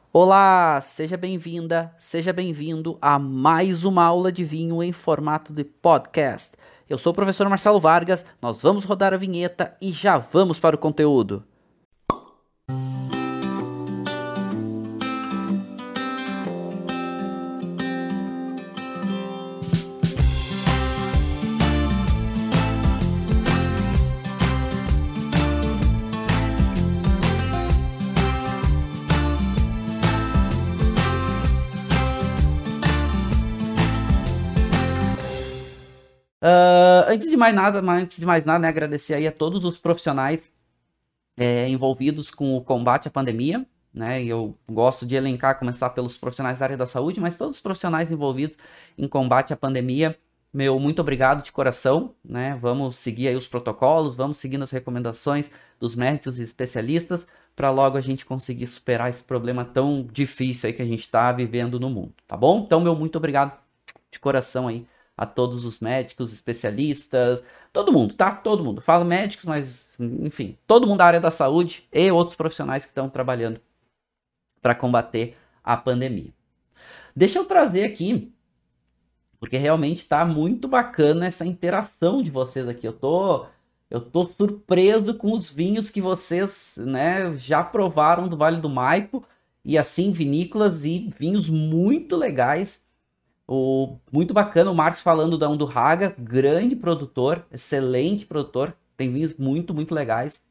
Olá, seja bem-vinda, seja bem-vindo a mais uma aula de vinho em formato de podcast. Eu sou o professor Marcelo Vargas, nós vamos rodar a vinheta e já vamos para o conteúdo. Antes de mais nada, né, agradecer aí a todos os profissionais envolvidos com o combate à pandemia, né? E eu gosto de elencar, começar pelos profissionais da área da saúde, mas todos os profissionais envolvidos em combate à pandemia, meu muito obrigado de coração, né? Vamos seguir aí os protocolos, vamos seguindo as recomendações dos médicos e especialistas para logo a gente conseguir superar esse problema tão difícil aí que a gente está vivendo no mundo, tá bom? Então, meu muito obrigado de coração aí a todos os médicos, especialistas, todo mundo, tá? Todo mundo. Falo médicos, mas, enfim, todo mundo da área da saúde e outros profissionais que estão trabalhando para combater a pandemia. Deixa eu trazer aqui, porque realmente tá muito bacana essa interação de vocês aqui. Eu tô surpreso com os vinhos que vocês, né, já provaram do Vale do Maipo, e assim, vinícolas e vinhos muito legais. Muito bacana o Marcos falando da Undurraga, grande produtor, excelente produtor, tem vinhos muito, muito legais,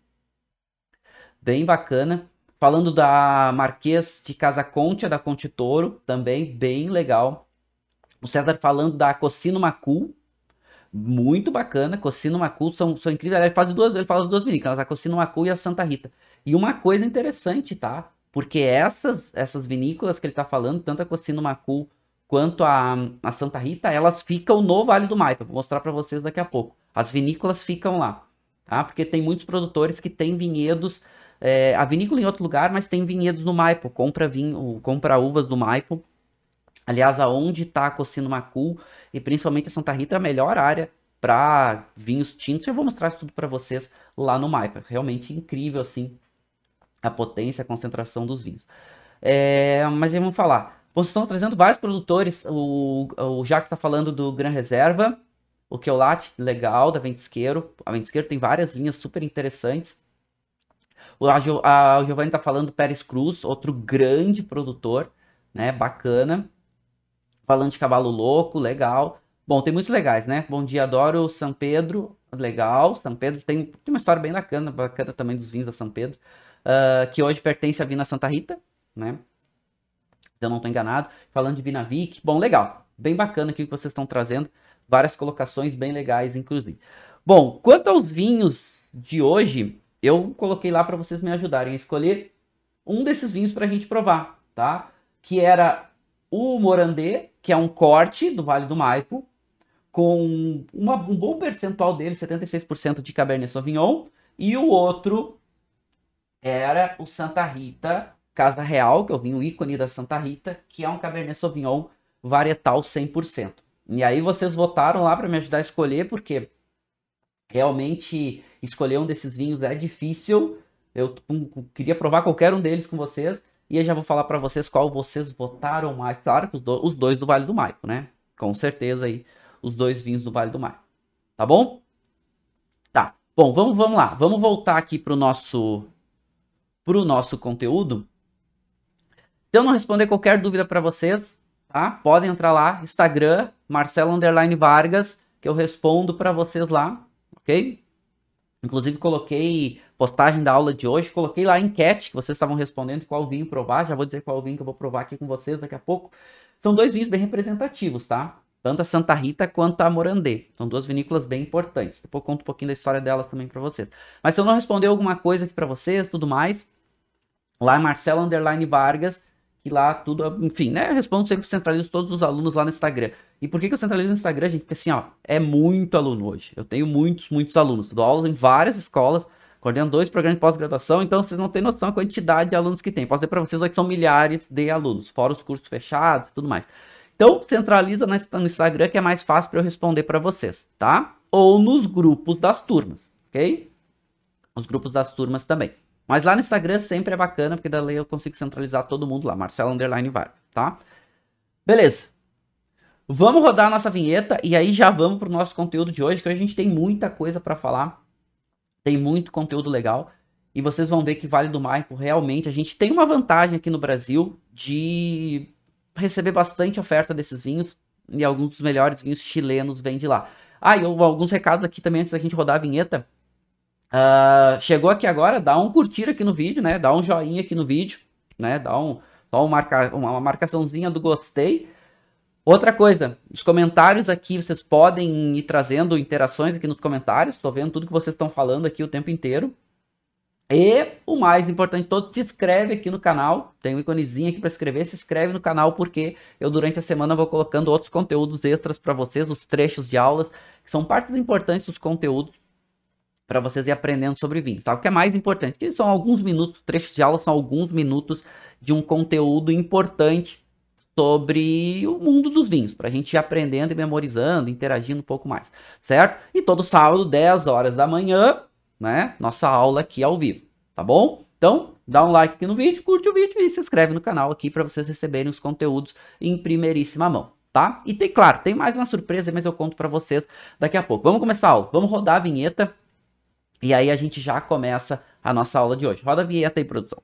bem bacana. Falando da Marquês de Casa Concha, da Conte Toro, também bem legal. O César falando da Cocino Macul, muito bacana. Cocino Macul são incríveis. Ele fala as duas vinícolas, a Cocino Macul e a Santa Rita. E uma coisa interessante, tá? Porque essas vinícolas que ele tá falando, tanto a Cocino Macul quanto a Santa Rita, elas ficam no Vale do Maipo. Vou mostrar para vocês daqui a pouco. As vinícolas ficam lá, tá? Porque tem muitos produtores que têm vinhedos, a vinícola em outro lugar, mas tem vinhedos no Maipo. Compra uvas do Maipo. Aliás, aonde está a Cocino Macul e principalmente a Santa Rita é a melhor área para vinhos tintos. Eu vou mostrar isso tudo para vocês lá no Maipo. Realmente incrível, assim, a potência, a concentração dos vinhos. Mas vamos falar. Vocês estão trazendo vários produtores. O Jacques está falando do Gran Reserva, o Keolate, legal, da Ventisqueiro. A Ventisqueiro tem várias linhas super interessantes. O Giovanni está falando do Pérez Cruz, outro grande produtor, né? Bacana. Falando de Cavalo Louco, legal. Bom, tem muitos legais, né? Bom dia, adoro São Pedro, legal. São Pedro tem uma história bem bacana também dos vinhos da São Pedro, que hoje pertence à Vina Santa Rita, né? Se eu não estou enganado. Falando de Vinavik, bom, legal. Bem bacana aqui o que vocês estão trazendo. Várias colocações bem legais, inclusive. Bom, quanto aos vinhos de hoje, eu coloquei lá para vocês me ajudarem a escolher um desses vinhos para a gente provar, tá? Que era o Morandê, que é um corte do Vale do Maipo, com um bom percentual dele, 76% de Cabernet Sauvignon, e o outro era o Santa Rita Casa Real, que é o vinho ícone da Santa Rita, que é um Cabernet Sauvignon varietal 100%. E aí vocês votaram lá para me ajudar a escolher, porque realmente escolher um desses vinhos é difícil. Eu queria provar qualquer um deles com vocês, e eu já vou falar para vocês qual vocês votaram mais. Claro que os dois do Vale do Maipo, né? Com certeza aí, os dois vinhos do Vale do Maipo. Tá bom? Tá. Bom, vamos lá. Vamos voltar aqui pro nosso conteúdo. Se eu não responder qualquer dúvida para vocês, tá? Podem entrar lá, Instagram, Marcelo_Vargas, que eu respondo para vocês lá, ok? Inclusive coloquei postagem da aula de hoje, coloquei lá a enquete que vocês estavam respondendo qual vinho provar, já vou dizer qual vinho que eu vou provar aqui com vocês daqui a pouco. São dois vinhos bem representativos, tá? Tanto a Santa Rita quanto a Morandê. São duas vinícolas bem importantes. Depois eu conto um pouquinho da história delas também para vocês. Mas se eu não responder alguma coisa aqui para vocês, tudo mais, lá é Marcelo_Vargas, que lá tudo, enfim, né? Eu respondo sempre, centralizo todos os alunos lá no Instagram. E por que eu centralizo no Instagram, gente? Porque assim, ó, é muito aluno hoje. Eu tenho muitos alunos. Eu dou aulas em várias escolas, coordeno 2 programas de pós-graduação, então vocês não têm noção da quantidade de alunos que tem. Posso dizer para vocês que são milhares de alunos, fora os cursos fechados e tudo mais. Então, centraliza no Instagram, que é mais fácil para eu responder para vocês, tá? Ou nos grupos das turmas, ok? Os grupos das turmas também. Mas lá no Instagram sempre é bacana, porque daí eu consigo centralizar todo mundo lá, Marcelo_Vargas, tá? Beleza. Vamos rodar a nossa vinheta e aí já vamos pro nosso conteúdo de hoje, que hoje a gente tem muita coisa para falar, tem muito conteúdo legal. E vocês vão ver que Vale do Maipo, realmente, a gente tem uma vantagem aqui no Brasil de receber bastante oferta desses vinhos. E alguns dos melhores vinhos chilenos vêm de lá. Ah, e alguns recados aqui também antes da gente rodar a vinheta. Chegou aqui agora, dá um curtir aqui no vídeo, né? Dá um joinha aqui no vídeo, né? Dá uma marcaçãozinha do gostei. Outra coisa, os comentários aqui, vocês podem ir trazendo interações aqui nos comentários. Estou vendo tudo que vocês estão falando aqui o tempo inteiro. E o mais importante de todo, se inscreve aqui no canal. Tem um iconezinho aqui para inscrever. Se inscreve no canal porque eu durante a semana vou colocando outros conteúdos extras para vocês, os trechos de aulas, que são partes importantes dos conteúdos para vocês ir aprendendo sobre vinho, tá? O que é mais importante, que são alguns minutos, trechos de aula são alguns minutos de um conteúdo importante sobre o mundo dos vinhos, para a gente ir aprendendo e memorizando, interagindo um pouco mais, certo? E todo sábado, 10 horas da manhã, né? Nossa aula aqui ao vivo, tá bom? Então, dá um like aqui no vídeo, curte o vídeo e se inscreve no canal aqui para vocês receberem os conteúdos em primeiríssima mão, tá? E tem, claro, tem mais uma surpresa, mas eu conto para vocês daqui a pouco. Vamos começar a aula, vamos rodar a vinheta e aí a gente já começa a nossa aula de hoje. Roda a vinheta aí, produção.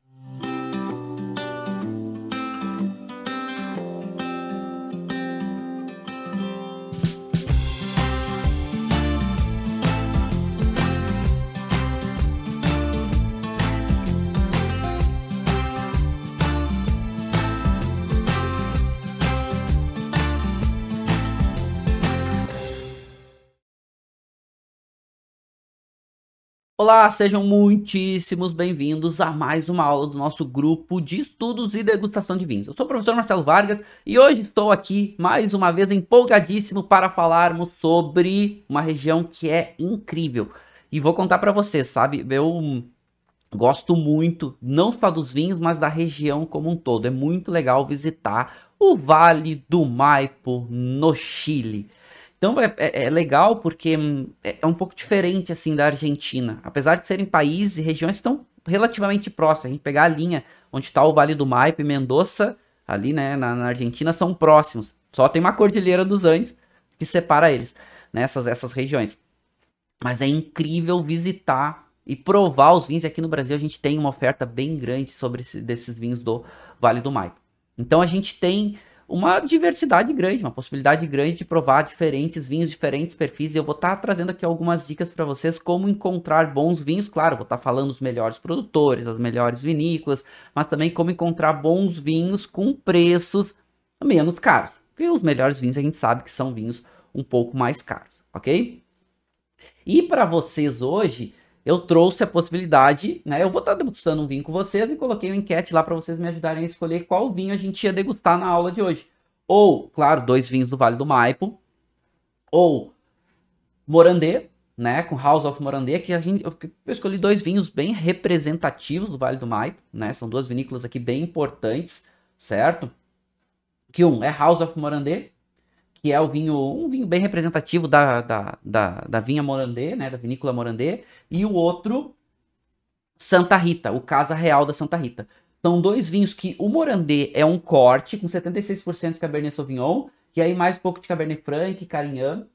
Olá, sejam muitíssimos bem-vindos a mais uma aula do nosso grupo de estudos e degustação de vinhos. Eu sou o professor Marcelo Vargas e hoje estou aqui mais uma vez empolgadíssimo para falarmos sobre uma região que é incrível. E vou contar para vocês, sabe, eu gosto muito, não só dos vinhos, mas da região como um todo. É muito legal visitar o Vale do Maipo, no Chile. Então é legal porque é um pouco diferente assim da Argentina. Apesar de serem países e regiões que estão relativamente próximas. A gente pegar a linha onde está o Vale do Maipo e Mendoza, ali né, na Argentina, são próximos. Só tem uma cordilheira dos Andes que separa eles, né, essas regiões. Mas é incrível visitar e provar os vinhos. E aqui no Brasil a gente tem uma oferta bem grande sobre desses vinhos do Vale do Maipo. Então a gente tem uma diversidade grande, uma possibilidade grande de provar diferentes vinhos, diferentes perfis. E eu vou estar trazendo aqui algumas dicas para vocês como encontrar bons vinhos. Claro, vou estar falando os melhores produtores, as melhores vinícolas, mas também como encontrar bons vinhos com preços menos caros. Porque os melhores vinhos a gente sabe que são vinhos um pouco mais caros, ok? E para vocês hoje, eu trouxe a possibilidade, né? Eu vou estar degustando um vinho com vocês e coloquei uma enquete lá para vocês me ajudarem a escolher qual vinho a gente ia degustar na aula de hoje. Ou, claro, 2 vinhos do Vale do Maipo, ou Morandê, né? Com House of Morandê, que eu escolhi 2 vinhos bem representativos do Vale do Maipo, né? São 2 vinícolas aqui bem importantes, certo? Que um é House of Morandê, que é um vinho bem representativo da vinha Morandê, né, da vinícola Morandê, e o outro, Santa Rita, o Casa Real da Santa Rita. São 2 vinhos que o Morandê é um corte com 76% de Cabernet Sauvignon, e aí mais um pouco de Cabernet Franc, Carignan,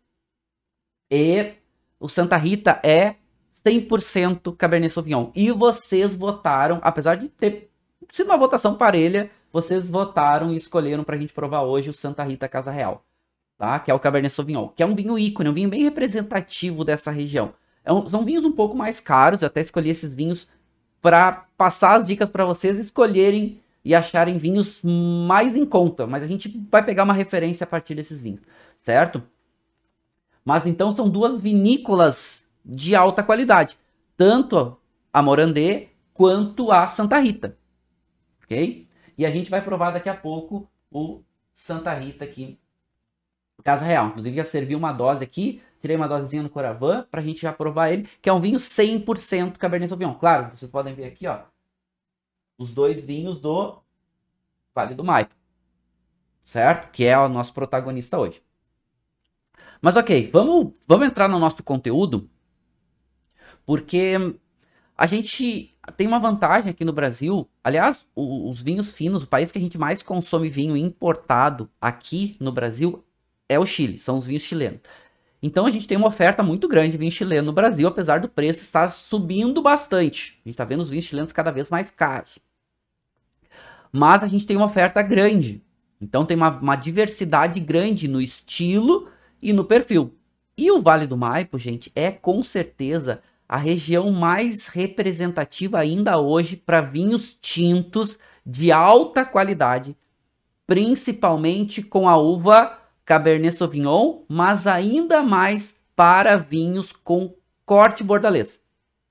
e o Santa Rita é 100% Cabernet Sauvignon. E vocês votaram, apesar de ter sido uma votação parelha, vocês votaram e escolheram para a gente provar hoje o Santa Rita Casa Real. Tá? Que é o Cabernet Sauvignon, que é um vinho ícone, um vinho bem representativo dessa região. São vinhos um pouco mais caros, eu até escolhi esses vinhos para passar as dicas para vocês escolherem e acharem vinhos mais em conta, mas a gente vai pegar uma referência a partir desses vinhos, certo? Mas então são 2 vinícolas de alta qualidade, tanto a Morandê quanto a Santa Rita, ok? E a gente vai provar daqui a pouco o Santa Rita aqui, Casa Real. Inclusive já servi uma dose aqui, tirei uma dosezinha no Coravin pra gente já provar ele, que é um vinho 100% Cabernet Sauvignon. Claro, vocês podem ver aqui, ó, os 2 vinhos do Vale do Maipo, certo? Que é o nosso protagonista hoje. Mas ok, vamos entrar no nosso conteúdo, porque A gente tem uma vantagem aqui no Brasil. Aliás, os vinhos finos, o país que a gente mais consome vinho importado aqui no Brasil é o Chile, são os vinhos chilenos. Então a gente tem uma oferta muito grande de vinho chileno no Brasil, apesar do preço estar subindo bastante. A gente está vendo os vinhos chilenos cada vez mais caros. Mas a gente tem uma oferta grande. Então tem uma diversidade grande no estilo e no perfil. E o Vale do Maipo, gente, é com certeza a região mais representativa ainda hoje para vinhos tintos de alta qualidade, principalmente com a uva Cabernet Sauvignon, mas ainda mais para vinhos com corte bordalês.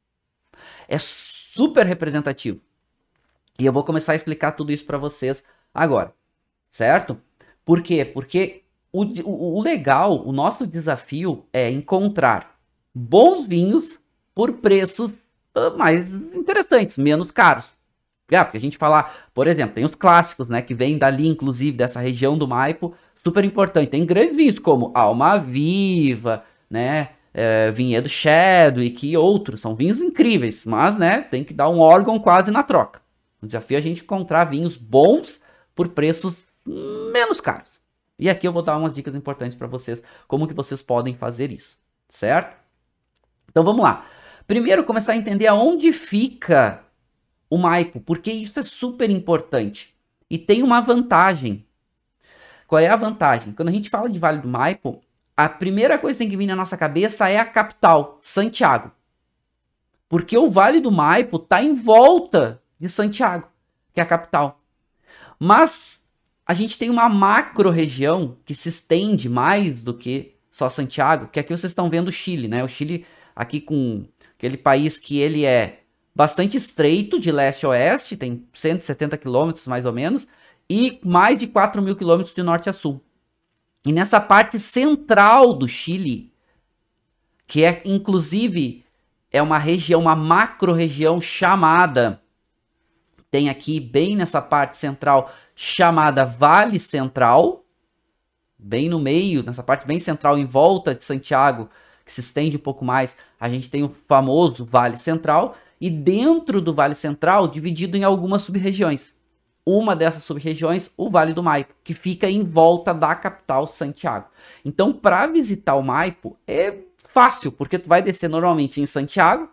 É super representativo. E eu vou começar a explicar tudo isso para vocês agora, certo? Por quê? Porque o legal, o nosso desafio é encontrar bons vinhos por preços mais interessantes, menos caros. Porque a gente fala, por exemplo, tem os clássicos, né, que vêm dali, inclusive, dessa região do Maipo, super importante. Tem grandes vinhos como Almaviva, né, Vinhedo Chadwick e outros. São vinhos incríveis, mas, né, tem que dar um órgão quase na troca. O desafio é a gente encontrar vinhos bons por preços menos caros. E aqui eu vou dar umas dicas importantes para vocês, como que vocês podem fazer isso, certo? Então vamos lá. Primeiro, começar a entender aonde fica o Maipo, porque isso é super importante. E tem uma vantagem. Qual é a vantagem? Quando a gente fala de Vale do Maipo, a primeira coisa que tem que vir na nossa cabeça é a capital, Santiago. Porque o Vale do Maipo está em volta de Santiago, que é a capital. Mas a gente tem uma macro-região que se estende mais do que só Santiago, que aqui vocês estão vendo o Chile, né? O Chile aqui com aquele país que ele é bastante estreito de leste a oeste, tem 170 quilômetros mais ou menos, e mais de 4 mil quilômetros de norte a sul. E nessa parte central do Chile, que é inclusive é uma região, uma macro-região chamada, tem aqui bem nessa parte central, chamada Vale Central, bem no meio, nessa parte bem central, em volta de Santiago, que se estende um pouco mais, a gente tem o famoso Vale Central, e dentro do Vale Central, dividido em algumas sub-regiões. Uma dessas sub-regiões, o Vale do Maipo, que fica em volta da capital, Santiago. Então, para visitar o Maipo, é fácil, porque tu vai descer normalmente em Santiago,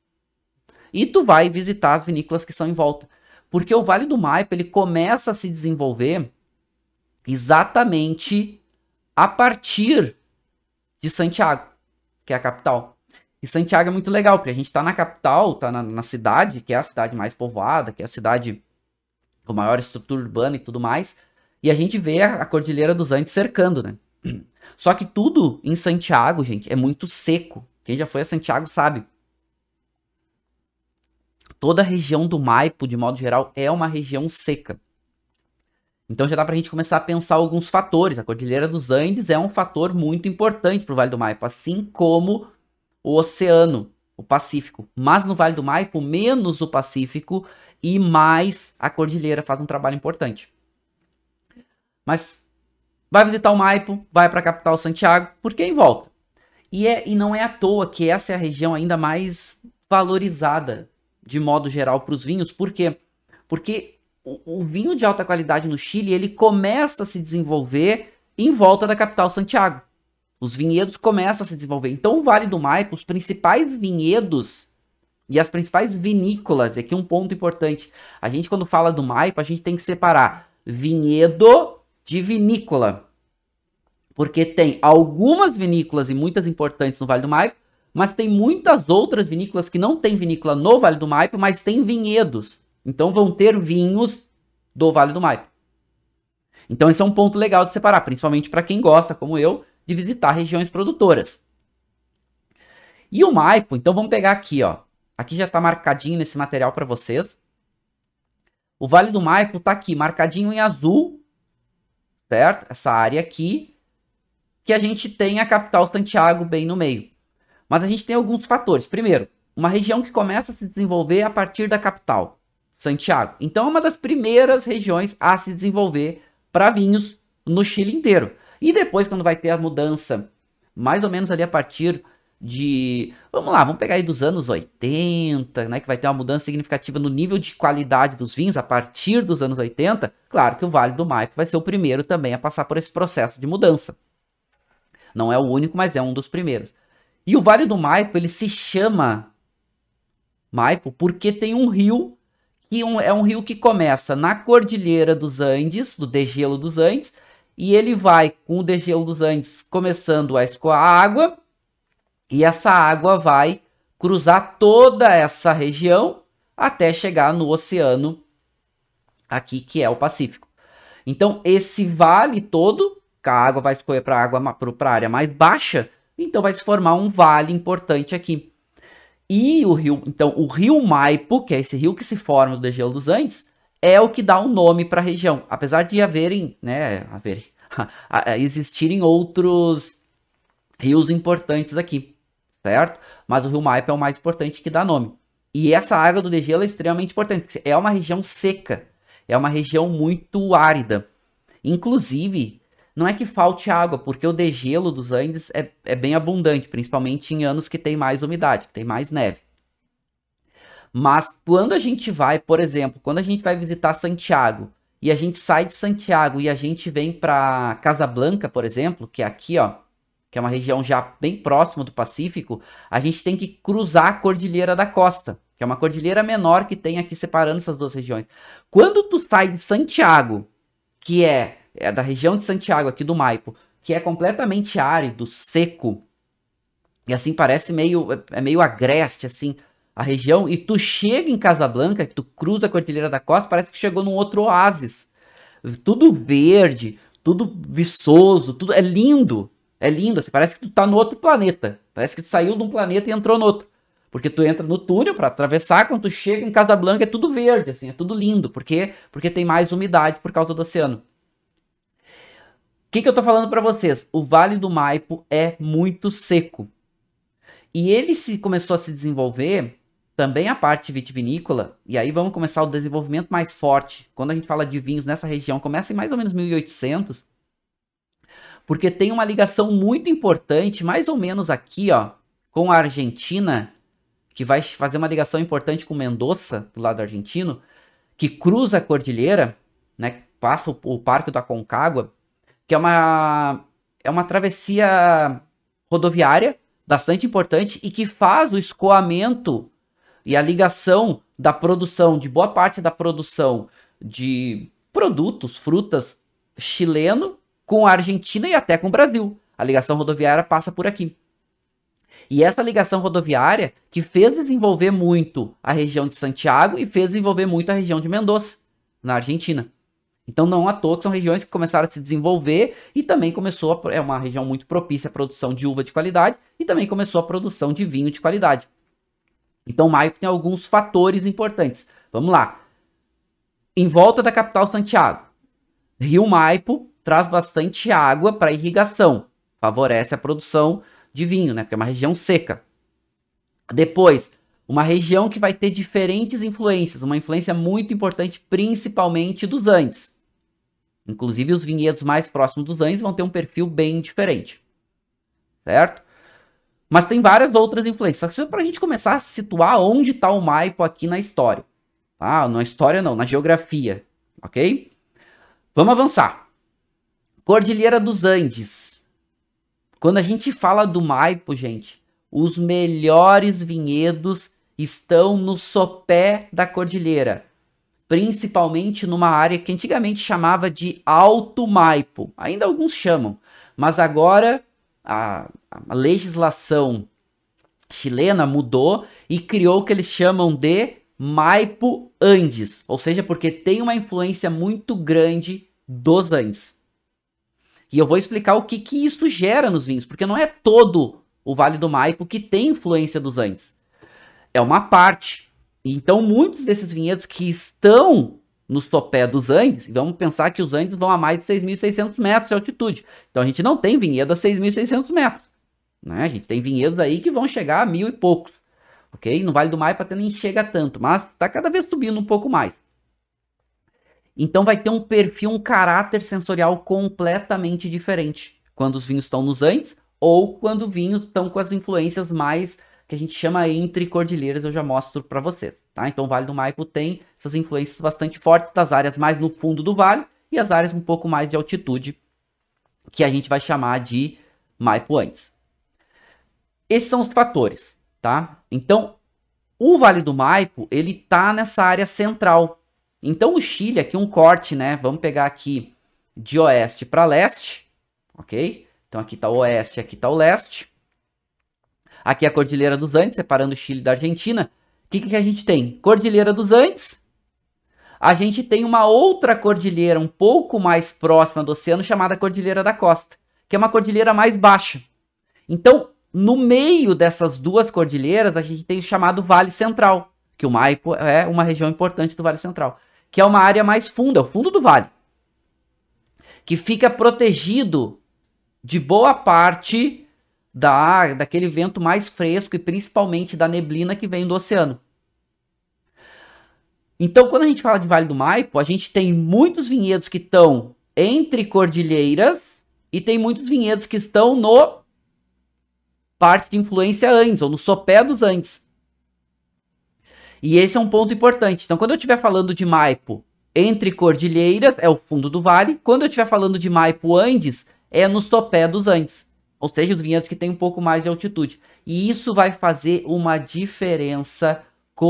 e tu vai visitar as vinícolas que são em volta. Porque o Vale do Maipo, ele começa a se desenvolver exatamente a partir de Santiago, que é a capital. E Santiago é muito legal, porque a gente tá na capital, tá na cidade, que é a cidade mais povoada, que é a cidade com maior estrutura urbana e tudo mais, e a gente vê a Cordilheira dos Andes cercando, né? Só que tudo em Santiago, gente, é muito seco. Quem já foi a Santiago sabe. Toda a região do Maipo, de modo geral, é uma região seca. Então já dá pra gente começar a pensar alguns fatores. A Cordilheira dos Andes é um fator muito importante pro Vale do Maipo, assim como o oceano, o Pacífico. Mas no Vale do Maipo, menos o Pacífico e mais a Cordilheira faz um trabalho importante. Mas vai visitar o Maipo, vai pra capital Santiago, porque é em volta. E não é à toa que essa é a região ainda mais valorizada de modo geral para os vinhos. Por quê? Porque o vinho de alta qualidade no Chile, ele começa a se desenvolver em volta da capital Santiago. Os vinhedos começam a se desenvolver. Então o Vale do Maipo, os principais vinhedos e as principais vinícolas, aqui um ponto importante. A gente quando fala do Maipo, a gente tem que separar vinhedo de vinícola. Porque tem algumas vinícolas e muitas importantes no Vale do Maipo, mas tem muitas outras vinícolas que não tem vinícola no Vale do Maipo, mas tem vinhedos. Então vão ter vinhos do Vale do Maipo. Então esse é um ponto legal de separar, principalmente para quem gosta, como eu, de visitar regiões produtoras. E o Maipo, então vamos pegar aqui, ó. Aqui já está marcadinho nesse material para vocês. O Vale do Maipo está aqui, marcadinho em azul, certo? Essa área aqui, que a gente tem a capital Santiago bem no meio. Mas a gente tem alguns fatores. Primeiro, uma região que começa a se desenvolver a partir da capital, Santiago. Então é uma das primeiras regiões a se desenvolver para vinhos no Chile inteiro. E depois, quando vai ter a mudança, mais ou menos ali a partir Vamos lá, vamos pegar aí dos anos 80, né, que vai ter uma mudança significativa no nível de qualidade dos vinhos a partir dos anos 80, claro que o Vale do Maipo vai ser o primeiro também a passar por esse processo de mudança. Não é o único, mas é um dos primeiros. E o Vale do Maipo, ele se chama Maipo porque tem um rio, que é um rio que começa na Cordilheira dos Andes, do degelo dos Andes, e ele vai com o degelo dos Andes começando a escoar água, e essa água vai cruzar toda essa região até chegar no oceano aqui, que é o Pacífico. Então, esse vale todo, a água vai escorrer para a área mais baixa, então vai se formar um vale importante aqui. E o rio Maipo, que é esse rio que se forma no degelo dos Andes, é o que dá o nome para a região. Apesar de existirem outros rios importantes aqui, certo? Mas o rio Maipo é o mais importante, que dá nome. E essa água do degelo é extremamente importante, porque é uma região seca, é uma região muito árida. Inclusive, não é que falte água, porque o degelo dos Andes é bem abundante, principalmente em anos que tem mais umidade, que tem mais neve. Mas quando a gente vai, por exemplo, quando a gente vai visitar Santiago, e a gente sai de Santiago e a gente vem para Casablanca, por exemplo, que é aqui, ó, que é uma região já bem próxima do Pacífico, a gente tem que cruzar a Cordilheira da Costa, que é uma cordilheira menor que tem aqui separando essas duas regiões. Quando tu sai de Santiago, que é da região de Santiago, aqui do Maipo, que é completamente árido, seco, e assim parece meio agreste, assim, a região, e tu chega em Casablanca, que tu cruza a Cordilheira da Costa, parece que chegou num outro oásis. Tudo verde, tudo viçoso, tudo é lindo, assim, parece que tu tá no outro planeta, parece que tu saiu de um planeta e entrou no outro. Porque tu entra no túnel para atravessar, quando tu chega em Casablanca é tudo verde, assim, é tudo lindo, porque tem mais umidade por causa do oceano. O que eu tô falando para vocês? O Vale do Maipo é muito seco. E ele começou a se desenvolver também a parte vitivinícola, e aí vamos começar o desenvolvimento mais forte. Quando a gente fala de vinhos nessa região, começa em mais ou menos 1800, porque tem uma ligação muito importante, mais ou menos aqui, ó, com a Argentina, que vai fazer uma ligação importante com Mendoza, do lado argentino, que cruza a cordilheira, né, passa o Parque do Aconcagua, que é uma travessia rodoviária bastante importante e que faz o escoamento e a ligação da produção, de boa parte da produção de produtos, frutas chileno com a Argentina e até com o Brasil. A ligação rodoviária passa por aqui. E essa ligação rodoviária que fez desenvolver muito a região de Santiago e fez desenvolver muito a região de Mendoza, na Argentina. Então não à toa que são regiões que começaram a se desenvolver e também é uma região muito propícia à produção de uva de qualidade e também começou a produção de vinho de qualidade. Então o Maipo tem alguns fatores importantes. Vamos lá. Em volta da capital Santiago, Rio Maipo traz bastante água para irrigação, favorece a produção de vinho, né? Porque é uma região seca. Depois, uma região que vai ter diferentes influências, uma influência muito importante, principalmente dos Andes. Inclusive, os vinhedos mais próximos dos Andes vão ter um perfil bem diferente, certo? Mas tem várias outras influências. Só que para a gente começar a situar onde está o Maipo aqui na história. Tá? Na história não, na geografia, ok? Vamos avançar. Cordilheira dos Andes. Quando a gente fala do Maipo, gente, os melhores vinhedos estão no sopé da cordilheira, principalmente numa área que antigamente chamava de Alto Maipo. Ainda alguns chamam, mas agora a legislação chilena mudou e criou o que eles chamam de Maipo Andes, ou seja, porque tem uma influência muito grande dos Andes. E eu vou explicar o que isso gera nos vinhos, porque não é todo o Vale do Maipo que tem influência dos Andes. É uma parte. Então, muitos desses vinhedos que estão no sopé dos Andes, vamos pensar que os Andes vão a mais de 6.600 metros de altitude. Então, a gente não tem vinhedo a 6.600 metros. Né? A gente tem vinhedos aí que vão chegar a 1.000 e poucos. Ok? No Vale do Maipo até nem chega tanto, mas está cada vez subindo um pouco mais. Então vai ter um perfil, um caráter sensorial completamente diferente quando os vinhos estão nos Andes ou quando vinhos estão com as influências mais que a gente chama entre cordilheiras, eu já mostro para vocês, tá? Então o Vale do Maipo tem essas influências bastante fortes das áreas mais no fundo do vale e as áreas um pouco mais de altitude, que a gente vai chamar de Maipo Andes. Esses são os fatores, tá? Então, o Vale do Maipo, ele tá nessa área central. Então o Chile, aqui um corte, né? Vamos pegar aqui de oeste para leste, ok? Então aqui tá o oeste, aqui tá o leste. Aqui é a Cordilheira dos Andes, separando o Chile da Argentina. O que a gente tem? Cordilheira dos Andes. A gente tem uma outra cordilheira um pouco mais próxima do oceano, chamada Cordilheira da Costa, que é uma cordilheira mais baixa. Então, no meio dessas duas cordilheiras, a gente tem o chamado Vale Central, que o Maipo é uma região importante do Vale Central, que é uma área mais funda, é o fundo do vale, que fica protegido de boa parte daquele vento mais fresco e principalmente da neblina que vem do oceano. Então, quando a gente fala de Vale do Maipo, a gente tem muitos vinhedos que estão entre cordilheiras e tem muitos vinhedos que estão no parte de influência Andes, ou no sopé dos Andes. E esse é um ponto importante. Então, quando eu estiver falando de Maipo entre cordilheiras, é o fundo do vale. Quando eu estiver falando de Maipo Andes, é no sopé dos Andes. Ou seja, os vinhedos que têm um pouco mais de altitude. E isso vai fazer uma diferença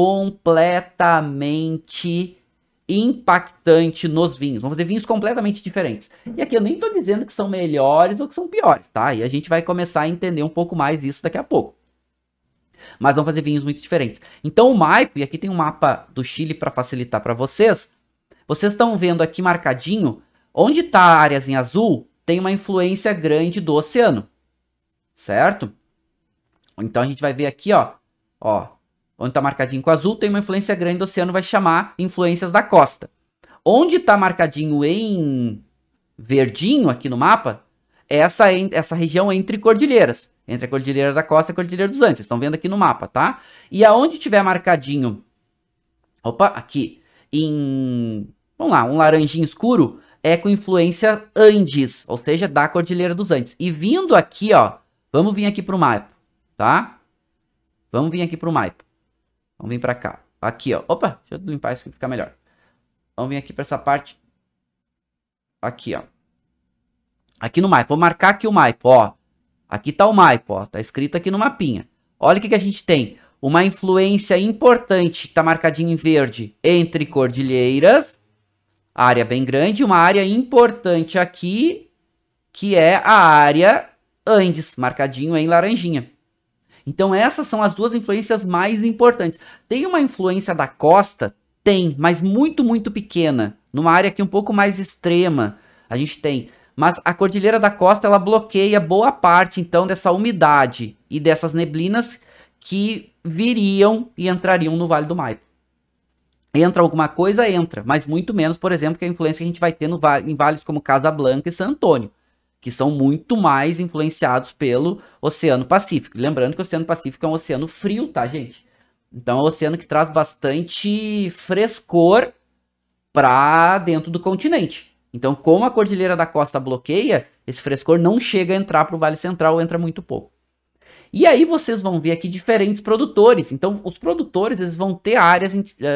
completamente impactante nos vinhos. Vamos fazer vinhos completamente diferentes. E aqui eu nem estou dizendo que são melhores ou que são piores, tá? E a gente vai começar a entender um pouco mais isso daqui a pouco. Mas vamos fazer vinhos muito diferentes. Então o Maipo, e aqui tem um mapa do Chile para facilitar para vocês. Vocês estão vendo aqui marcadinho, onde está a áreas em azul, tem uma influência grande do oceano. Certo? Então a gente vai ver aqui, ó, onde está marcadinho com azul, tem uma influência grande do oceano, vai chamar influências da costa. Onde está marcadinho em verdinho aqui no mapa, é essa região entre cordilheiras. Entre a Cordilheira da Costa e a Cordilheira dos Andes. Vocês estão vendo aqui no mapa, tá? E aonde tiver marcadinho, aqui, vamos lá, um laranjinho escuro, é com influência Andes, ou seja, da Cordilheira dos Andes. E vindo aqui, ó, vamos vir aqui pro Maipo, tá? Vamos vir aqui pro Maipo. Vamos vir pra cá. Aqui, ó. Opa, deixa eu limpar isso que fica melhor. Vamos vir aqui pra essa parte. Aqui, ó. Aqui no Maipo. Vou marcar aqui o Maipo, ó. Aqui tá o Maipo, ó. Tá escrito aqui no mapinha. Olha o que a gente tem. Uma influência importante, que tá marcadinho em verde, entre cordilheiras. Área bem grande. Uma área importante aqui, que é a área Andes, marcadinho em laranjinha. Então essas são as duas influências mais importantes. Tem uma influência da costa? Tem, mas muito, muito pequena. Numa área aqui um pouco mais extrema, a gente tem. Mas a Cordilheira da Costa, ela bloqueia boa parte, então, dessa umidade e dessas neblinas que viriam e entrariam no Vale do Maipo. Entra alguma coisa? Entra, mas muito menos, por exemplo, que a influência que a gente vai ter em vales como Casablanca e San Antônio, que são muito mais influenciados pelo Oceano Pacífico. Lembrando que o Oceano Pacífico é um oceano frio, tá, gente? Então é um oceano que traz bastante frescor para dentro do continente. Então, como a Cordilheira da Costa bloqueia, esse frescor não chega a entrar para o Vale Central, entra muito pouco. E aí vocês vão ver aqui diferentes produtores. Então, os produtores, eles vão ter áreas,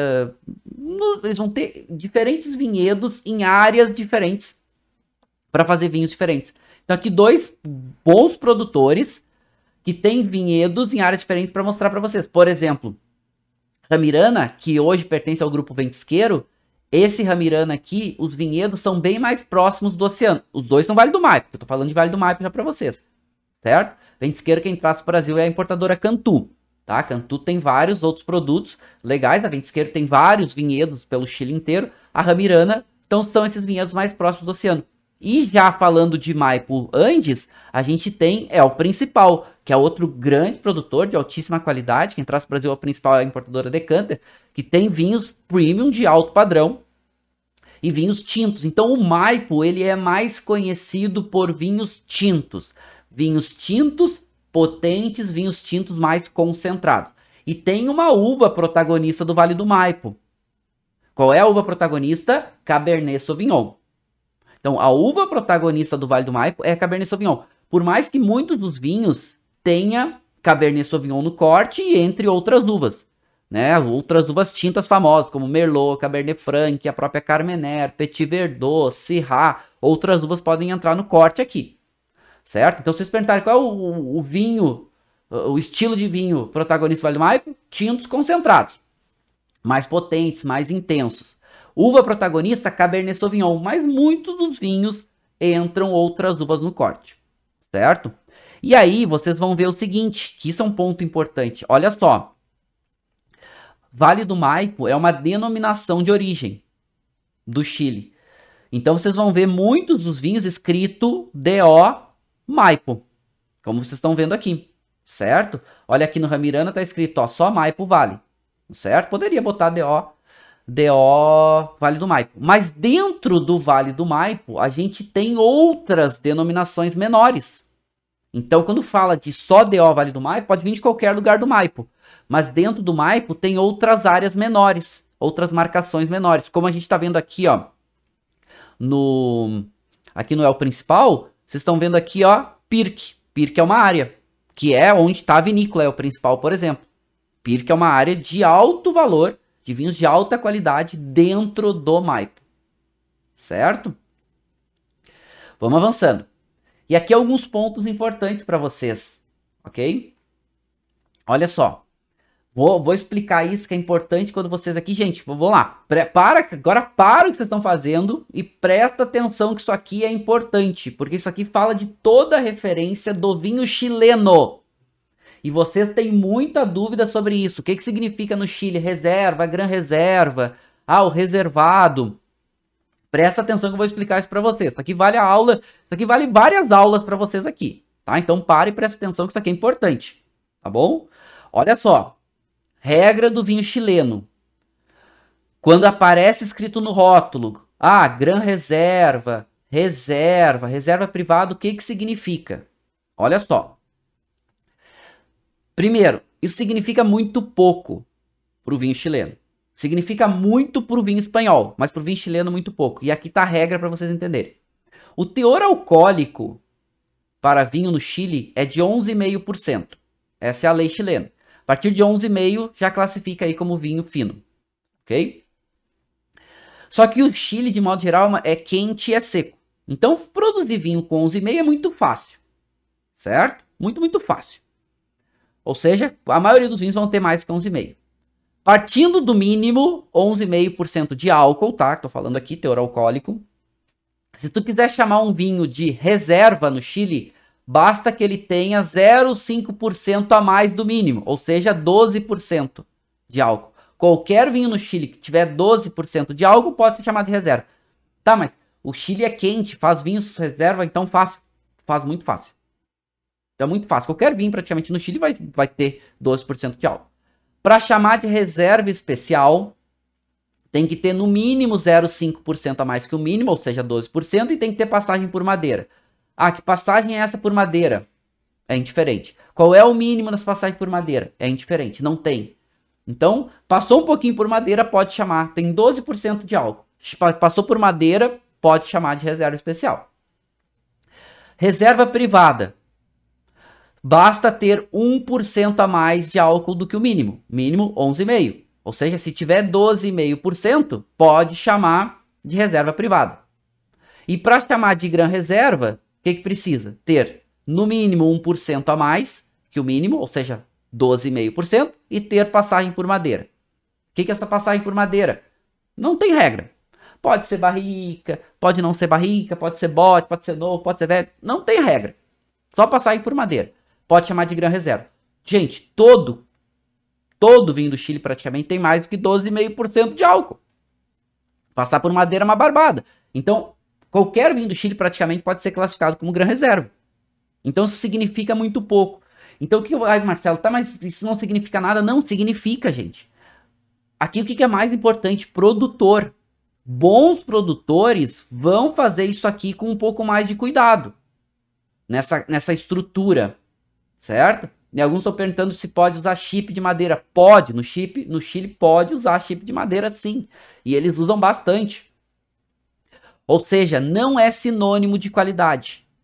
eles vão ter diferentes vinhedos em áreas diferentes para fazer vinhos diferentes. Então, aqui dois bons produtores que têm vinhedos em áreas diferentes para mostrar para vocês. Por exemplo, Ramirana, que hoje pertence ao grupo Ventisqueiro, esse Ramirana aqui, os vinhedos são bem mais próximos do oceano. Os dois estão no Vale do Maipo, eu tô falando de Vale do Maipo já para vocês, certo? Ventisqueiro, quem traz pro Brasil é a importadora Cantu, tá? Cantu tem vários outros produtos legais, a Ventisqueiro tem vários vinhedos pelo Chile inteiro, a Ramirana, então são esses vinhedos mais próximos do oceano. E já falando de Maipo Andes, a gente tem, o principal, que é outro grande produtor de altíssima qualidade, quem traz para o Brasil a principal é a importadora Decanter, que tem vinhos premium de alto padrão e vinhos tintos. Então o Maipo, ele é mais conhecido por vinhos tintos. Vinhos tintos potentes, vinhos tintos mais concentrados. E tem uma uva protagonista do Vale do Maipo. Qual é a uva protagonista? Cabernet Sauvignon. Então, a uva protagonista do Vale do Maipo é a Cabernet Sauvignon. Por mais que muitos dos vinhos tenha Cabernet Sauvignon no corte e entre outras uvas, né? Outras uvas tintas famosas, como Merlot, Cabernet Franc, a própria Carmener, Petit Verdot, Syrah, outras uvas podem entrar no corte aqui, certo? Então, vocês perguntarem qual é o vinho, o estilo de vinho protagonista do Vale do Maipo, tintos concentrados, mais potentes, mais intensos. Uva protagonista, Cabernet Sauvignon, mas muitos dos vinhos entram outras uvas no corte, certo? E aí, vocês vão ver o seguinte, que isso é um ponto importante. Olha só, Vale do Maipo é uma denominação de origem do Chile. Então, vocês vão ver muitos dos vinhos escrito DO Maipo, como vocês estão vendo aqui, certo? Olha aqui no Ramirana tá escrito, ó, só Maipo Vale, certo? Poderia botar DO Vale do Maipo. Mas dentro do Vale do Maipo, a gente tem outras denominações menores. Então, quando fala de só DO Vale do Maipo, pode vir de qualquer lugar do Maipo. Mas dentro do Maipo tem outras áreas menores, outras marcações menores. Como a gente está vendo aqui, ó, aqui no El Principal, vocês estão vendo aqui, ó, Pirque. Pirque é uma área, que é onde está a vinícola El Principal, por exemplo. Pirque é uma área de alto valor, de vinhos de alta qualidade dentro do Maipo, certo? Vamos avançando. E aqui alguns pontos importantes para vocês, ok? Olha só, vou explicar isso que é importante quando vocês aqui, gente, vamos lá. Agora para o que vocês estão fazendo e presta atenção que isso aqui é importante, porque isso aqui fala de toda a referência do vinho chileno. E vocês têm muita dúvida sobre isso. O que significa no Chile? Reserva, gran reserva, o reservado. Presta atenção que eu vou explicar isso para vocês. Isso aqui vale a aula, isso aqui vale várias aulas para vocês aqui, tá? Então pare e presta atenção que isso aqui é importante, tá bom? Olha só, regra do vinho chileno. Quando aparece escrito no rótulo, gran reserva, reserva privada, o que significa? Olha só. Primeiro, isso significa muito pouco para o vinho chileno. Significa muito para o vinho espanhol, mas para o vinho chileno muito pouco. E aqui está a regra para vocês entenderem. O teor alcoólico para vinho no Chile é de 11,5%. Essa é a lei chilena. A partir de 11,5% já classifica aí como vinho fino. Ok? Só que o Chile, de modo geral, é quente e é seco. Então, produzir vinho com 11,5% é muito fácil. Certo? Muito, muito fácil. Ou seja, a maioria dos vinhos vão ter mais que 11,5%. Partindo do mínimo 11,5% de álcool, tá? Tô falando aqui, teor alcoólico. Se tu quiser chamar um vinho de reserva no Chile, basta que ele tenha 0,5% a mais do mínimo, ou seja, 12% de álcool. Qualquer vinho no Chile que tiver 12% de álcool pode ser chamado de reserva. Tá, mas o Chile é quente, faz vinhos reserva, então faz muito fácil. Então é muito fácil. Qualquer vinho praticamente no Chile vai ter 12% de álcool. Para chamar de reserva especial, tem que ter no mínimo 0,5% a mais que o mínimo, ou seja, 12%, e tem que ter passagem por madeira. Que passagem é essa por madeira? É indiferente. Qual é o mínimo das passagens por madeira? É indiferente, não tem. Então, passou um pouquinho por madeira, pode chamar, tem 12% de álcool. Passou por madeira, pode chamar de reserva especial. Reserva privada. Basta ter 1% a mais de álcool do que o mínimo. Mínimo 11,5%. Ou seja, se tiver 12,5%, pode chamar de reserva privada. E para chamar de gran reserva, o que precisa? Ter no mínimo 1% a mais que o mínimo, ou seja, 12,5%, e ter passagem por madeira. O que é essa passagem por madeira? Não tem regra. Pode ser barrica, pode não ser barrica, pode ser bote, pode ser novo, pode ser velho. Não tem regra. Só passagem por madeira. Pode chamar de gran reserva. Gente, todo vinho do Chile praticamente tem mais do que 12,5% de álcool. Passar por madeira é uma barbada. Então, qualquer vinho do Chile praticamente pode ser classificado como gran reserva. Então, isso significa muito pouco. Então, o que Marcelo, tá, mas isso não significa nada? Não, significa, gente. Aqui, o que é mais importante? Produtor. Bons produtores vão fazer isso aqui com um pouco mais de cuidado. Nessa estrutura. Certo? E alguns estão perguntando se pode usar chip de madeira. Pode, no Chile pode usar chip de madeira sim. E eles usam bastante. Ou seja, não é sinônimo de qualidade.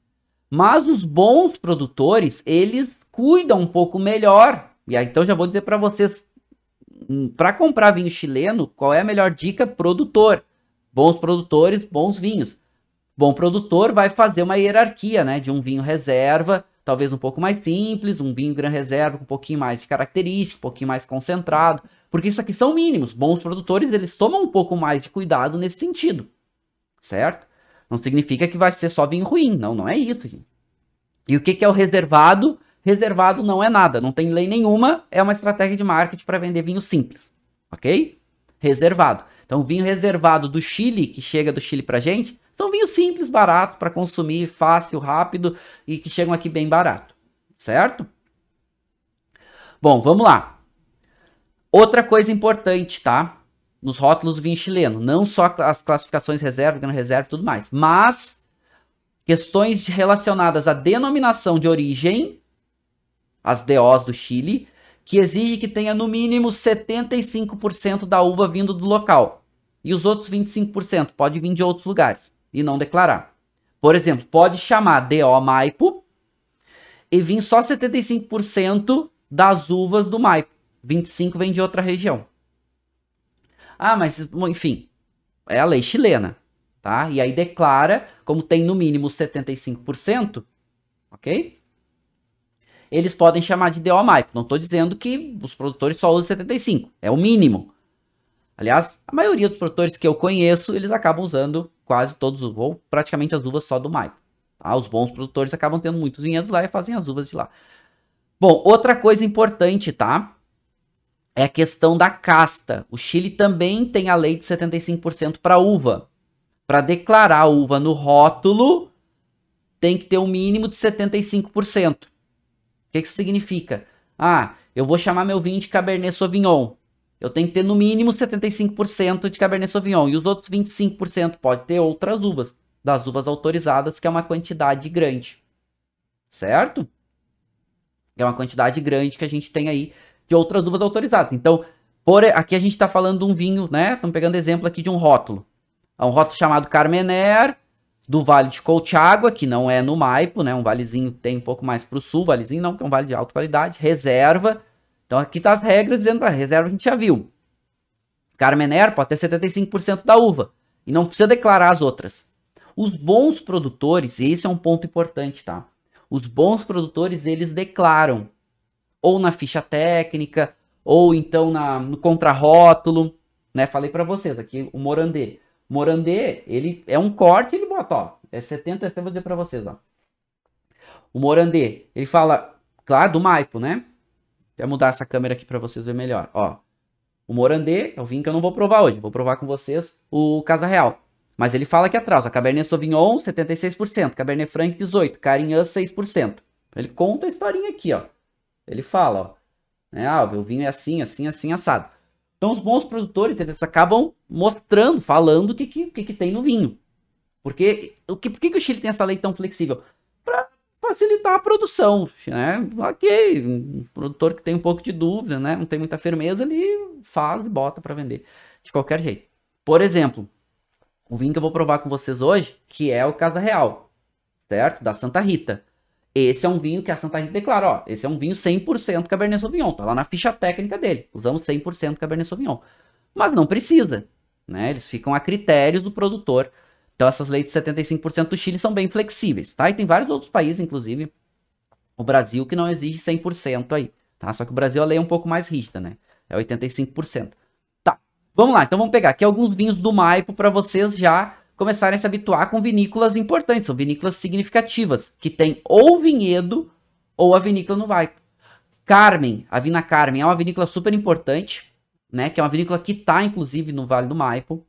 Mas os bons produtores, eles cuidam um pouco melhor. E aí, então já vou dizer para vocês, para comprar vinho chileno, qual é a melhor dica? Produtor. Bons produtores, bons vinhos. Bom produtor vai fazer uma hierarquia, né, de um vinho reserva, talvez um pouco mais simples, um vinho gran reserva com um pouquinho mais de característica, um pouquinho mais concentrado, porque isso aqui são mínimos. Bons produtores, eles tomam um pouco mais de cuidado nesse sentido, certo? Não significa que vai ser só vinho ruim, não, não é isso, gente. E o que é o reservado? Reservado não é nada, não tem lei nenhuma, é uma estratégia de marketing para vender vinho simples, ok? Reservado. Então, vinho reservado do Chile, que chega do Chile pra gente, são vinhos simples, baratos, para consumir, fácil, rápido e que chegam aqui bem barato, certo? Bom, vamos lá. Outra coisa importante, tá? Nos rótulos do vinho chileno, não só as classificações reserva, gran reserva e tudo mais, mas questões relacionadas à denominação de origem, as DOs do Chile, que exige que tenha no mínimo 75% da uva vindo do local. E os outros 25% pode vir de outros lugares e não declarar. Por exemplo, pode chamar DO Maipo e vir só 75% das uvas do Maipo. 25% vem de outra região. Ah, mas enfim, é a lei chilena, tá? E aí declara, como tem no mínimo 75%, ok? Eles podem chamar de DO Maipo. Não estou dizendo que os produtores só usam 75%, é o mínimo. Aliás, a maioria dos produtores que eu conheço, eles acabam usando quase todos, ou praticamente as uvas só do Maipo. Tá? Os bons produtores acabam tendo muitos vinhedos lá e fazem as uvas de lá. Bom, outra coisa importante, tá? É a questão da casta. O Chile também tem a lei de 75% para uva. Para declarar a uva no rótulo, tem que ter um mínimo de 75%. O que isso significa? Ah, eu vou chamar meu vinho de Cabernet Sauvignon. Eu tenho que ter no mínimo 75% de Cabernet Sauvignon. E os outros 25% pode ter outras uvas. Das uvas autorizadas, que é uma quantidade grande. Certo? É uma quantidade grande que a gente tem aí de outras uvas autorizadas. Então, aqui a gente está falando de um vinho, né? Estamos pegando exemplo aqui de um rótulo. É um rótulo chamado Carmener, do Vale de Colchagua, que não é no Maipo, né? Um valezinho tem um pouco mais para o sul, valezinho não, que é um vale de alta qualidade, reserva. Então aqui tá as regras dizendo, reserva a gente já viu. Carmener pode ter 75% da uva e não precisa declarar as outras. Os bons produtores, e esse é um ponto importante, tá? Os bons produtores, eles declaram ou na ficha técnica, ou então no contrarótulo, né? Falei para vocês aqui o Morandê. Morandê, ele é um corte, ele bota, ó, é 70, eu vou dizer para vocês, ó. O Morandê, ele fala, claro, do Maipo, né? Vou mudar essa câmera aqui para vocês verem melhor, ó. O Morandê é o vinho que eu não vou provar hoje, vou provar com vocês o Casa Real. Mas ele fala aqui atrás, ó, Cabernet Sauvignon 76%, Cabernet Franc 18%, Carignan 6%. Ele conta a historinha aqui, ó. Ele fala, ó, né, o vinho é assim, assim, assim, assado. Então os bons produtores, eles acabam mostrando, falando o que tem no vinho. Por que o Chile tem essa lei tão flexível? Para facilitar a produção, né? Ok, um produtor que tem um pouco de dúvida, né? Não tem muita firmeza, ele faz e bota para vender de qualquer jeito. Por exemplo, o vinho que eu vou provar com vocês hoje, que é o Casa Real, certo? Da Santa Rita. Esse é um vinho que a Santa Rita declara, ó, esse é um vinho 100% Cabernet Sauvignon, tá lá na ficha técnica dele, usamos 100% Cabernet Sauvignon. Mas não precisa, né? Eles ficam a critérios do produtor. Então essas leis de 75% do Chile são bem flexíveis, tá? E tem vários outros países, inclusive o Brasil, que não exige 100% aí, tá? Só que o Brasil a lei é um pouco mais rígida, né? É 85%. Tá, vamos lá, então vamos pegar aqui alguns vinhos do Maipo para vocês já começarem a se habituar com vinícolas importantes, são vinícolas significativas, que tem ou vinhedo ou a vinícola no Maipo. Carmen, a Vina Carmen é uma vinícola super importante, né? Que é uma vinícola que tá, inclusive, no Vale do Maipo.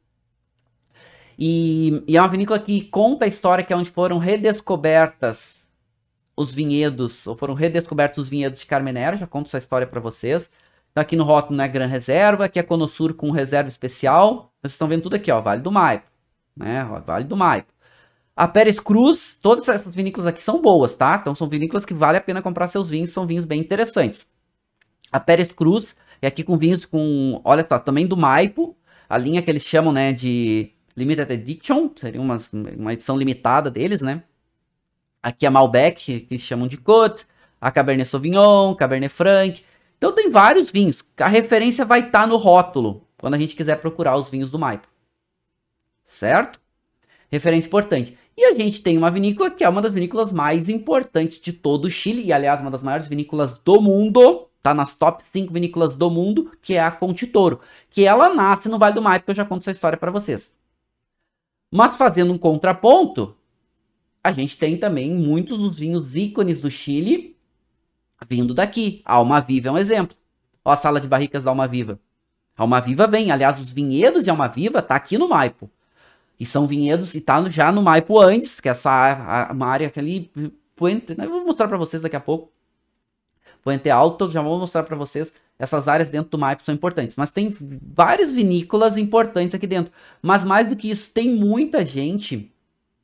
E é uma vinícola que conta a história que é onde foram redescobertas os vinhedos, ou foram redescobertos os vinhedos de Carmenère, já conto essa história para vocês. Então aqui no rótulo, né, Gran Reserva, aqui é Conosur com reserva especial. Vocês estão vendo tudo aqui, ó, Vale do Maipo, né, Vale do Maipo. A Pérez Cruz, todas essas vinícolas aqui são boas, tá? Então são vinícolas que vale a pena comprar seus vinhos, são vinhos bem interessantes. A Pérez Cruz é aqui com vinhos com, olha só, também do Maipo, a linha que eles chamam, né, de Limited Edition, seria uma edição limitada deles, né? Aqui a Malbec, que eles chamam de Côte, a Cabernet Sauvignon, Cabernet Franc. Então tem vários vinhos. A referência vai estar no rótulo, quando a gente quiser procurar os vinhos do Maipo. Certo? Referência importante. E a gente tem uma vinícola que é uma das vinícolas mais importantes de todo o Chile, e aliás, uma das maiores vinícolas do mundo, tá nas top 5 vinícolas do mundo, que é a Conte Toro, que ela nasce no Vale do Maipo, que eu já conto essa história para vocês. Mas fazendo um contraponto, a gente tem também muitos dos vinhos ícones do Chile vindo daqui. A Almaviva é um exemplo. Ó a sala de barricas da Almaviva. A Almaviva vem, aliás, os vinhedos de Almaviva tá aqui no Maipo. E são vinhedos, e tá já no Maipo antes, que é uma área que ali, Puente, eu vou mostrar para vocês daqui a pouco. Puente Alto, já vou mostrar para vocês. Essas áreas dentro do Maipo são importantes. Mas tem várias vinícolas importantes aqui dentro. Mas mais do que isso, tem muita gente,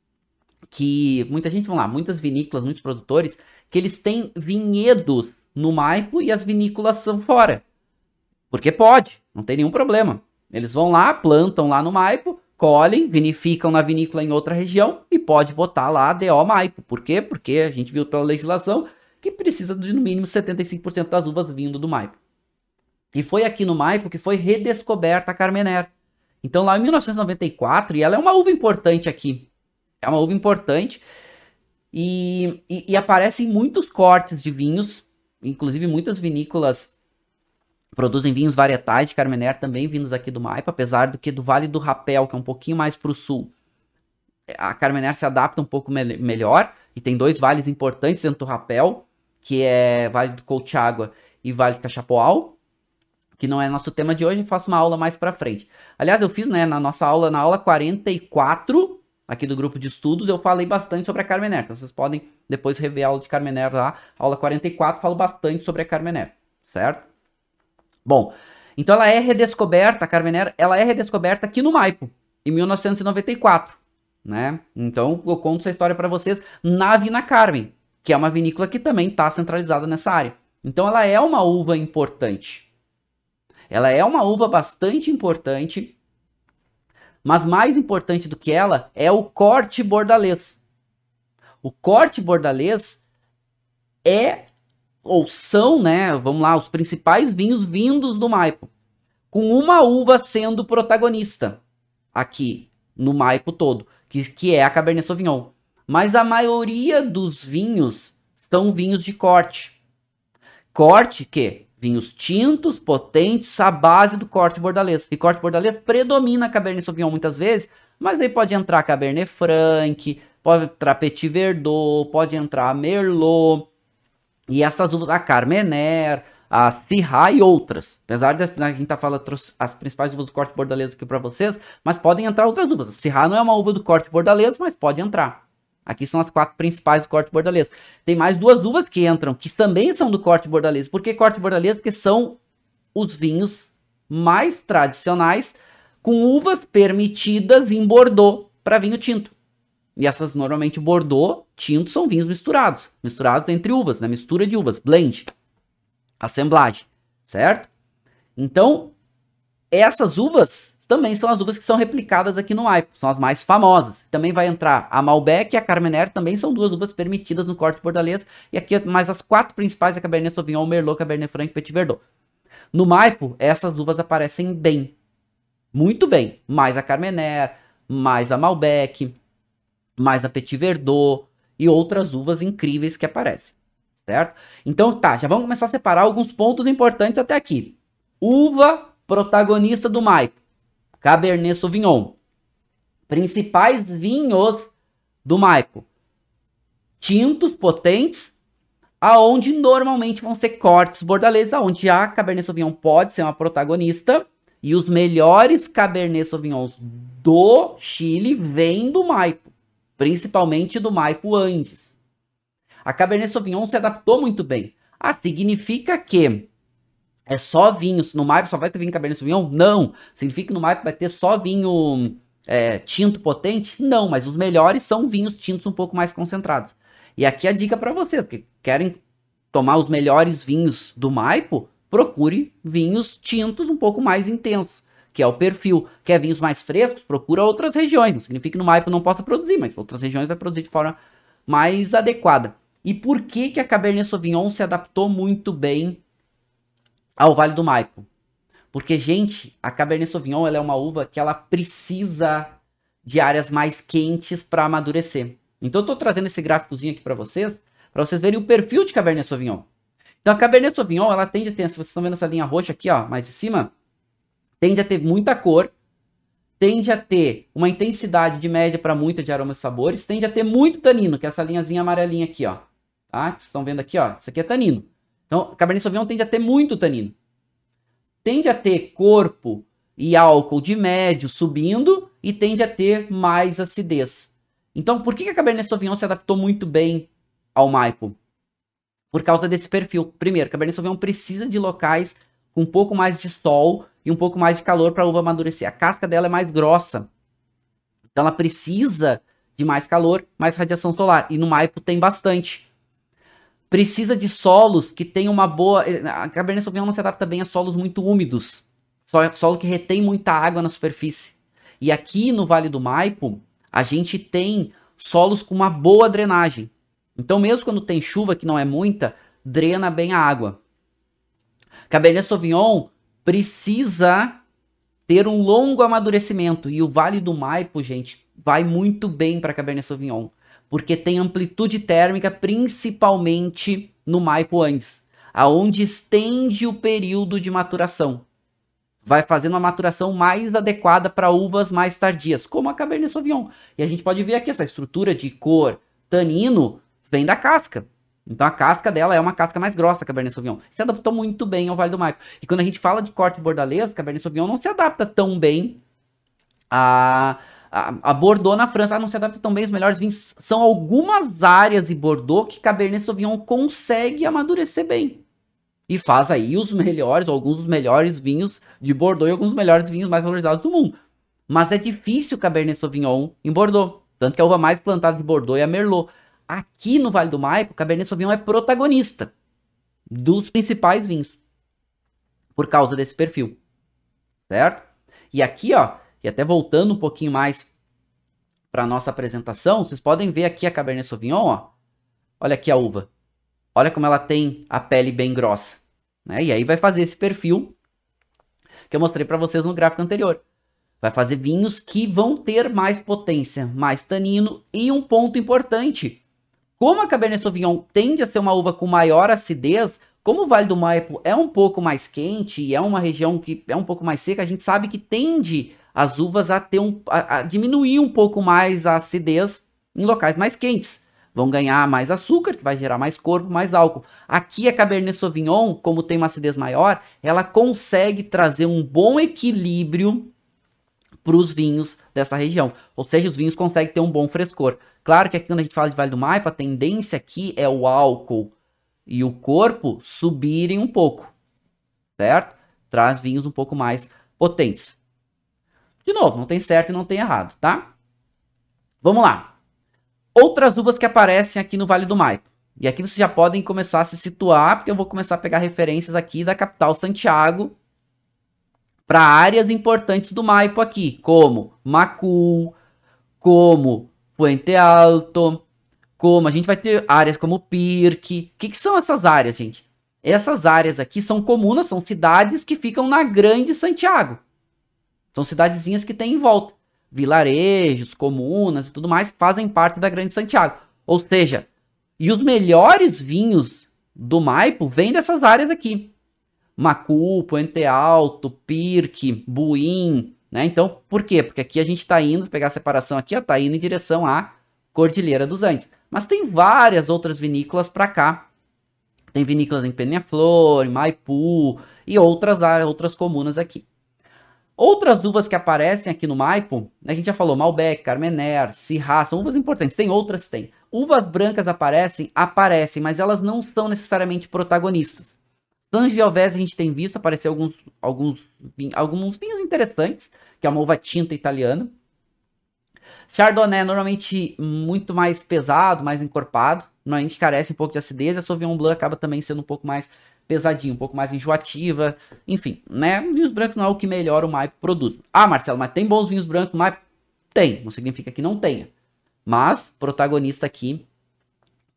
vamos lá, muitas vinícolas, muitos produtores, que eles têm vinhedos no Maipo e as vinícolas são fora. Porque pode, não tem nenhum problema. Eles vão lá, plantam lá no Maipo, colhem, vinificam na vinícola em outra região e pode botar lá DO Maipo. Por quê? Porque a gente viu pela legislação que precisa de no mínimo 75% das uvas vindo do Maipo. E foi aqui no Maipo que foi redescoberta a Carmener. Então lá em 1994, e ela é uma uva importante aqui. É uma uva importante e aparece em muitos cortes de vinhos, inclusive muitas vinícolas produzem vinhos varietais de Carmener também vindos aqui do Maipo, apesar do que do Vale do Rapel, que é um pouquinho mais para o sul, a Carmener se adapta um pouco melhor, e tem dois vales importantes dentro do Rapel, que é Vale do Colchagua e Vale do Cachapoal, que não é nosso tema de hoje, eu faço uma aula mais para frente. Aliás, eu fiz, né, na nossa aula, na aula 44, aqui do grupo de estudos, eu falei bastante sobre a Carmener, então vocês podem depois rever a aula de Carmener lá, aula 44, falo bastante sobre a Carmener, certo? Bom, então ela é redescoberta, a Carmener, ela é redescoberta aqui no Maipo, em 1994, né? Então eu conto essa história para vocês na Vina Carmen, que é uma vinícola que também está centralizada nessa área. Então ela é uma uva importante. Ela é uma uva bastante importante, mas mais importante do que ela é o corte bordalês. O corte bordalês ou são, né, vamos lá, os principais vinhos vindos do Maipo, com uma uva sendo protagonista aqui no Maipo todo, que é a Cabernet Sauvignon. Mas a maioria dos vinhos são vinhos de corte. Corte que? Vinhos tintos, potentes, à base do corte bordalês. E corte bordalês predomina a Cabernet Sauvignon muitas vezes, mas aí pode entrar Cabernet Franc, pode entrar Petit Verdot, pode entrar Merlot. E essas uvas, a Carmener, a Syrah e outras. Apesar de a gente falando as principais uvas do corte bordalês aqui para vocês, mas podem entrar outras uvas. A Syrah não é uma uva do corte bordalês, mas pode entrar. Aqui são as 4 principais do corte bordalês. Tem mais 2 uvas que entram, que também são do corte bordalês. Por que corte bordalês? Porque são os vinhos mais tradicionais com uvas permitidas em Bordeaux para vinho tinto. E essas, normalmente, Bordeaux, tinto, são vinhos misturados. Misturados entre uvas, né? Mistura de uvas, blend. Assemblagem, certo? Então, essas uvas também são as uvas que são replicadas aqui no Maipo. São as mais famosas. Também vai entrar a Malbec e a Carmener, também são 2 uvas permitidas no corte bordalês. E aqui, mais as 4 principais, a Cabernet Sauvignon, Merlot, Cabernet Franc e Petit Verdot. No Maipo, essas uvas aparecem bem. Muito bem. Mais a Carmener, mais a Malbec, mais a Petit Verdot e outras uvas incríveis que aparecem, certo? Então tá, já vamos começar a separar alguns pontos importantes até aqui. Uva protagonista do Maipo, Cabernet Sauvignon. Principais vinhos do Maipo, tintos potentes, aonde normalmente vão ser cortes bordalês, aonde a Cabernet Sauvignon pode ser uma protagonista, e os melhores Cabernet Sauvignons do Chile vêm do Maipo. Principalmente do Maipo Andes. A Cabernet Sauvignon se adaptou muito bem. Ah, significa que é só vinhos. No Maipo só vai ter vinho Cabernet Sauvignon? Não. Significa que no Maipo vai ter só vinho tinto potente? Não, mas os melhores são vinhos tintos um pouco mais concentrados. E aqui a dica para vocês, que querem tomar os melhores vinhos do Maipo, procure vinhos tintos um pouco mais intensos, que é o perfil. Quer vinhos mais frescos? Procura outras regiões. Não significa que no Maipo não possa produzir, mas outras regiões vai produzir de forma mais adequada. E por que que a Cabernet Sauvignon se adaptou muito bem ao Vale do Maipo? Porque, gente, a Cabernet Sauvignon ela é uma uva que ela precisa de áreas mais quentes para amadurecer. Então eu estou trazendo esse gráficozinho aqui para vocês verem o perfil de Cabernet Sauvignon. Então a Cabernet Sauvignon, ela tende a ter, se vocês estão vendo essa linha roxa aqui, ó, mais em cima, tende a ter muita cor, tende a ter uma intensidade de média para muita de aromas e sabores, tende a ter muito tanino, que é essa linhazinha amarelinha aqui, ó. Tá? Vocês estão vendo aqui, ó, isso aqui é tanino. Então a Cabernet Sauvignon tende a ter muito tanino. Tende a ter corpo e álcool de médio subindo e tende a ter mais acidez. Então, por que a Cabernet Sauvignon se adaptou muito bem ao Maipo? Por causa desse perfil. Primeiro, a Cabernet Sauvignon precisa de locais com um pouco mais de sol e um pouco mais de calor para a uva amadurecer. A casca dela é mais grossa. Então, ela precisa de mais calor, mais radiação solar. E no Maipo tem bastante. Precisa de solos que tenham uma boa... A Cabernet Sauvignon não se adapta bem a solos muito úmidos. Solo que retém muita água na superfície. E aqui no Vale do Maipo, a gente tem solos com uma boa drenagem. Então, mesmo quando tem chuva, que não é muita, drena bem a água. Cabernet Sauvignon precisa ter um longo amadurecimento. E o Vale do Maipo, gente, vai muito bem para Cabernet Sauvignon. Porque tem amplitude térmica, principalmente no Maipo Andes, aonde estende o período de maturação. Vai fazendo uma maturação mais adequada para uvas mais tardias, como a Cabernet Sauvignon. E a gente pode ver aqui essa estrutura de cor, tanino, vem da casca. Então a casca dela é uma casca mais grossa, a Cabernet Sauvignon. Se adaptou muito bem ao Vale do Maipo. E quando a gente fala de corte bordalês, a Cabernet Sauvignon não se adapta tão bem a Bordeaux na França. Não se adapta tão bem os melhores vinhos. São algumas áreas em Bordeaux que Cabernet Sauvignon consegue amadurecer bem. E faz aí os melhores, alguns dos melhores vinhos de Bordeaux e alguns dos melhores vinhos mais valorizados do mundo. Mas é difícil o Cabernet Sauvignon em Bordeaux. Tanto que a uva mais plantada de Bordeaux é a Merlot. Aqui no Vale do Maipo, o Cabernet Sauvignon é protagonista dos principais vinhos. Por causa desse perfil. Certo? E aqui, ó, e até voltando um pouquinho mais para nossa apresentação, vocês podem ver aqui a Cabernet Sauvignon, ó. Olha aqui a uva. Olha como ela tem a pele bem grossa, né? E aí vai fazer esse perfil que eu mostrei para vocês no gráfico anterior. Vai fazer vinhos que vão ter mais potência, mais tanino e um ponto importante. Como a Cabernet Sauvignon tende a ser uma uva com maior acidez, como o Vale do Maipo é um pouco mais quente e é uma região que é um pouco mais seca, a gente sabe que tende as uvas a diminuir um pouco mais a acidez em locais mais quentes. Vão ganhar mais açúcar, que vai gerar mais corpo, mais álcool. Aqui a Cabernet Sauvignon, como tem uma acidez maior, ela consegue trazer um bom equilíbrio para os vinhos dessa região. Ou seja, os vinhos conseguem ter um bom frescor. Claro que aqui quando a gente fala de Vale do Maipo, a tendência aqui é o álcool e o corpo subirem um pouco, certo? Traz vinhos um pouco mais potentes. De novo, não tem certo e não tem errado, tá? Vamos lá. Outras uvas que aparecem aqui no Vale do Maipo. E aqui vocês já podem começar a se situar, porque eu vou começar a pegar referências aqui da capital Santiago para áreas importantes do Maipo aqui, como Macul, como Puente Alto, como a gente vai ter áreas como Pirque. O que são essas áreas, gente? Essas áreas aqui são comunas, são cidades que ficam na Grande Santiago. São cidadezinhas que tem em volta. Vilarejos, comunas e tudo mais fazem parte da Grande Santiago. Ou seja, e os melhores vinhos do Maipo vêm dessas áreas aqui. Macul, Puente Alto, Pirque, Buin, né? Então, por quê? Porque aqui a gente está indo, pegar a separação aqui, ó, tá indo em direção à Cordilheira dos Andes. Mas tem várias outras vinícolas para cá. Tem vinícolas em Peñaflor, em Maipú e outras áreas, outras comunas aqui. Outras uvas que aparecem aqui no Maipo, a gente já falou, Malbec, Carmener, Syrah, são uvas importantes. Tem outras? Tem. Uvas brancas aparecem, mas elas não necessariamente protagonistas. Sangiovese a gente tem visto aparecer alguns vinhos interessantes, que é uma uva tinta italiana. Chardonnay normalmente muito mais pesado, mais encorpado, normalmente carece um pouco de acidez, e a Sauvignon Blanc acaba também sendo um pouco mais pesadinho, um pouco mais enjoativa, enfim, né? Vinhos brancos não é o que melhor o Maipo produz. Ah, Marcelo, mas tem bons vinhos brancos no Maipo? Tem, não significa que não tenha. Mas, protagonista aqui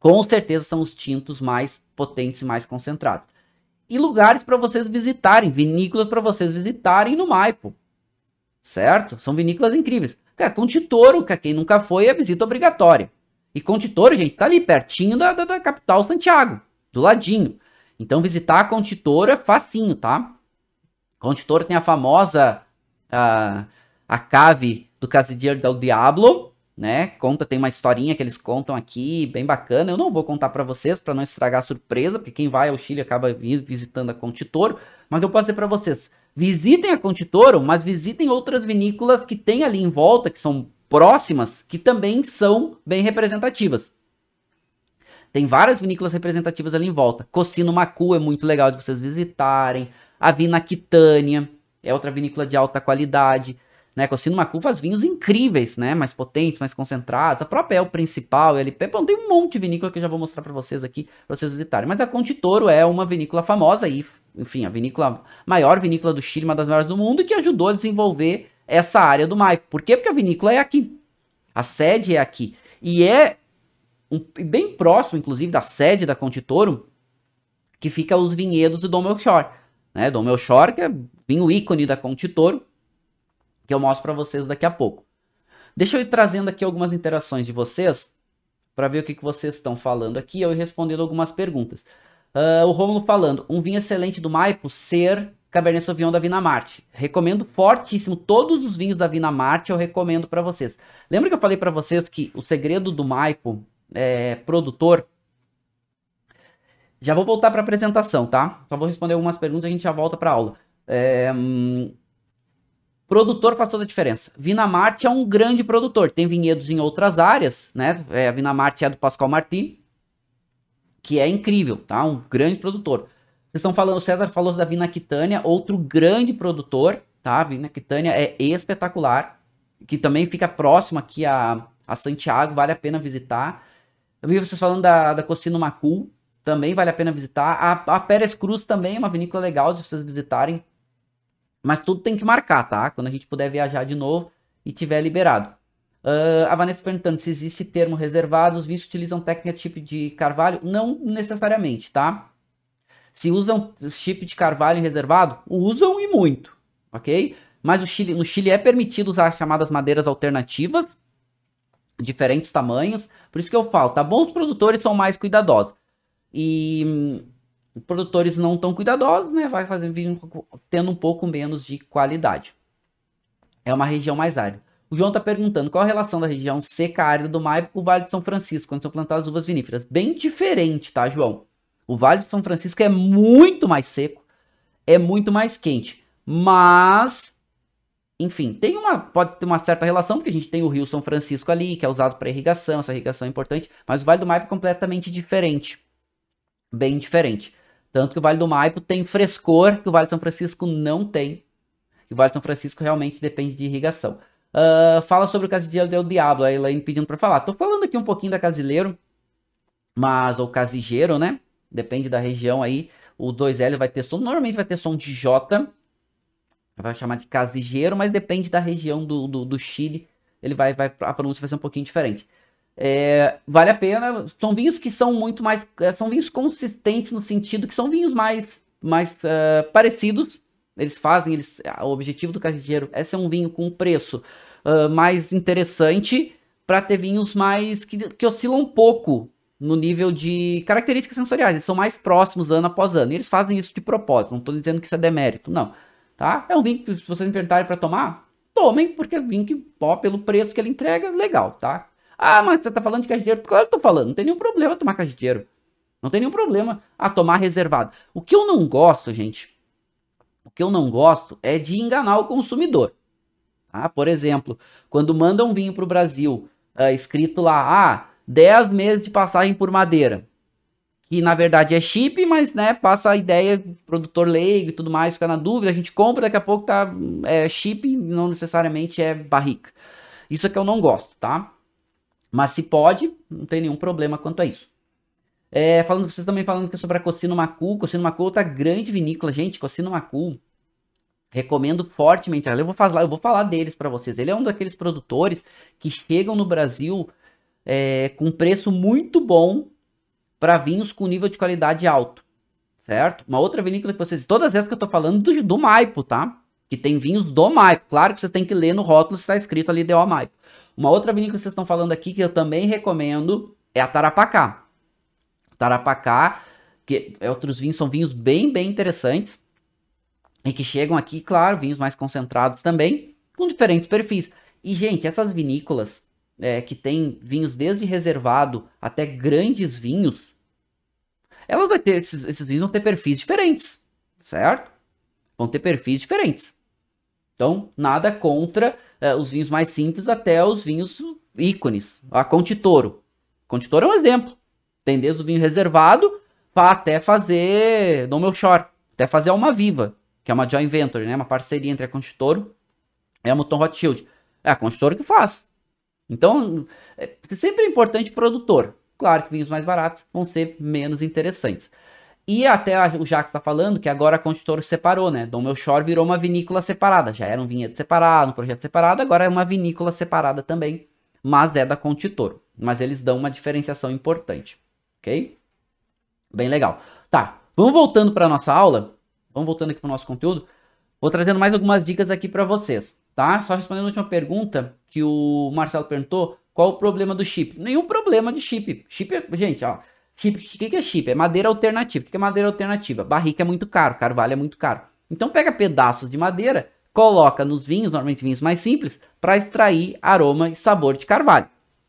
com certeza são os tintos mais potentes e mais concentrados. E lugares para vocês visitarem, vinícolas para vocês visitarem no Maipo, certo? São vinícolas incríveis. Cara, Conde Toro, quem nunca foi, é visita obrigatória. E Conde Toro, gente, tá ali pertinho da capital Santiago, do ladinho. Então visitar Conde Toro é facinho, tá? Conde Toro tem a famosa a cave do Casillero del Diablo, né? Tem uma historinha que eles contam aqui, bem bacana. Eu não vou contar para vocês, para não estragar a surpresa, porque quem vai ao Chile acaba visitando a Conde Toro. Mas eu posso dizer para vocês, visitem a Conde Toro, mas visitem outras vinícolas que tem ali em volta, que são próximas, que também são bem representativas. Tem várias vinícolas representativas ali em volta. Cocino Macu é muito legal de vocês visitarem. A Vina Quitânia é outra vinícola de alta qualidade. Né? Cocino Macu faz vinhos incríveis, né? Mais potentes, mais concentrados. A própria El Principal, LP, bom, tem um monte de vinícola que eu já vou mostrar para vocês aqui, para vocês visitarem. Mas a Conde Toro é uma vinícola famosa aí, enfim, a maior vinícola do Chile, uma das maiores do mundo, e que ajudou a desenvolver essa área do Maipo. Por quê? Porque a vinícola é aqui. A sede é aqui. E é bem próximo, inclusive, da sede da Conde Toro, que fica os vinhedos do Dom Melchor. Né? Dom Melchor, que é vinho ícone da Conde Toro, que eu mostro para vocês daqui a pouco. Deixa eu ir trazendo aqui algumas interações de vocês, para ver o que vocês estão falando aqui, eu ir respondendo algumas perguntas. O Rômulo falando, um vinho excelente do Maipo ser Cabernet Sauvignon da Vinamarte. Recomendo fortíssimo, todos os vinhos da Vinamarte eu recomendo para vocês. Lembra que eu falei para vocês que o segredo do Maipo produtor? Já vou voltar para a apresentação, tá? Só vou responder algumas perguntas e a gente já volta para a aula. Produtor faz toda a diferença. Vinamarte é um grande produtor. Tem vinhedos em outras áreas, né? A Vinamarte é do Pascoal Martí, que é incrível, tá? Um grande produtor. Vocês estão falando, o César falou da Vina Quitânia, outro grande produtor, tá? A Vina Quitânia é espetacular, que também fica próximo aqui a Santiago, vale a pena visitar. Eu vi vocês falando da Cocino Macu, também vale a pena visitar. A Pérez Cruz também é uma vinícola legal de vocês visitarem. Mas tudo tem que marcar, tá? Quando a gente puder viajar de novo e tiver liberado. A Vanessa perguntando se existe termo reservado. Os vinhos utilizam técnica chip de carvalho? Não necessariamente, tá? Se usam chip de carvalho reservado, usam e muito, ok? Mas no Chile é permitido usar as chamadas madeiras alternativas, diferentes tamanhos. Por isso que eu falo, tá bom? Os produtores são mais cuidadosos. E produtores não tão cuidadosos, né? Vai fazer vinho tendo um pouco menos de qualidade. É uma região mais árida. O João está perguntando qual a relação da região seca árida do Maipo com o Vale de São Francisco, onde são plantadas uvas viníferas. Bem diferente, tá, João? O Vale de São Francisco é muito mais seco, é muito mais quente. Mas, enfim, pode ter uma certa relação, porque a gente tem o Rio São Francisco ali, que é usado para irrigação, essa irrigação é importante. Mas o Vale do Maipo é completamente diferente. Bem diferente. Tanto que o Vale do Maipo tem frescor que o Vale de São Francisco não tem. E o Vale de São Francisco realmente depende de irrigação. Fala sobre o Casillero del Diablo, a Elaine pedindo para falar. Tô falando aqui um pouquinho da Casillero, ou Casillero, né? Depende da região aí. O 2L vai ter som, normalmente vai ter som de J. Vai chamar de Casillero, mas depende da região do Chile. A pronúncia vai ser um pouquinho diferente. Vale a pena. São vinhos que são muito mais. São vinhos consistentes no sentido que são vinhos mais parecidos. Eles fazem. O objetivo do Casillero é ser um vinho com preço mais interessante para ter vinhos mais que oscilam um pouco no nível de características sensoriais. Eles são mais próximos ano após ano. E eles fazem isso de propósito. Não estou dizendo que isso é demérito, não. Tá? É um vinho que, se vocês me perguntarem para tomar, tomem, porque é um vinho que, pelo preço que ele entrega, legal, tá? Ah, mas você tá falando de Casillero? Claro que eu tô falando. Não tem nenhum problema tomar Casillero. Não tem nenhum problema tomar reservado. O que eu não gosto, gente, é de enganar o consumidor. Tá? Por exemplo, quando mandam um vinho pro Brasil, escrito lá, 10 meses de passagem por madeira. Que na verdade é chip, mas né, passa a ideia, produtor leigo e tudo mais, fica na dúvida, a gente compra, daqui a pouco tá chip, não necessariamente é barrica. Isso é que eu não gosto, tá? Mas se pode, não tem nenhum problema quanto a isso. Vocês também falando que é sobre a Cocino Macu. Cocino Macu é outra grande vinícola, gente. Cocino Macu, recomendo fortemente. Eu vou falar deles para vocês. Ele é um daqueles produtores que chegam no Brasil com preço muito bom para vinhos com nível de qualidade alto, certo? Uma outra vinícola que vocês... Todas essas que eu tô falando do Maipo, tá? Que tem vinhos do Maipo. Claro que vocês têm que ler no rótulo se está escrito ali DO Maipo. Uma outra vinícola que vocês estão falando aqui que eu também recomendo é a Tarapacá. Tarapacá, que outros vinhos, são vinhos bem interessantes e que chegam aqui, claro, vinhos mais concentrados também, com diferentes perfis. E, gente, essas vinícolas que tem vinhos desde reservado até grandes vinhos, elas vão ter, esses vinhos vão ter perfis diferentes, certo? Vão ter perfis diferentes. Então, nada contra os vinhos mais simples até os vinhos ícones. A Conte Toro. Conte Toro é um exemplo. Tem desde o vinho reservado até fazer Dom Melchior, até fazer Alma Viva, que é uma joint venture, né? Uma parceria entre a Conte Toro e a Mouton Rothschild. É a Conte Toro que faz. Então, sempre é importante produtor. Claro que vinhos mais baratos vão ser menos interessantes. E até o Jacques está falando que agora a Conte Toro separou, né? Dom Melchior virou uma vinícola separada. Já era um vinhedo separado, um projeto separado, agora é uma vinícola separada também. Mas é da Conte Toro. Mas eles dão uma diferenciação importante. Ok? Bem legal. Tá, vamos voltando para nossa aula. Vamos voltando aqui para o nosso conteúdo. Vou trazendo mais algumas dicas aqui para vocês. Tá? Só respondendo a última pergunta que o Marcelo perguntou. Qual o problema do chip? Nenhum problema de chip. Chip é... Gente, ó. Chip, o que é chip? É madeira alternativa. O que é madeira alternativa? Barrica é muito caro, carvalho é muito caro. Então pega pedaços de madeira, coloca nos vinhos, normalmente vinhos mais simples, para extrair aroma e sabor de carvalho.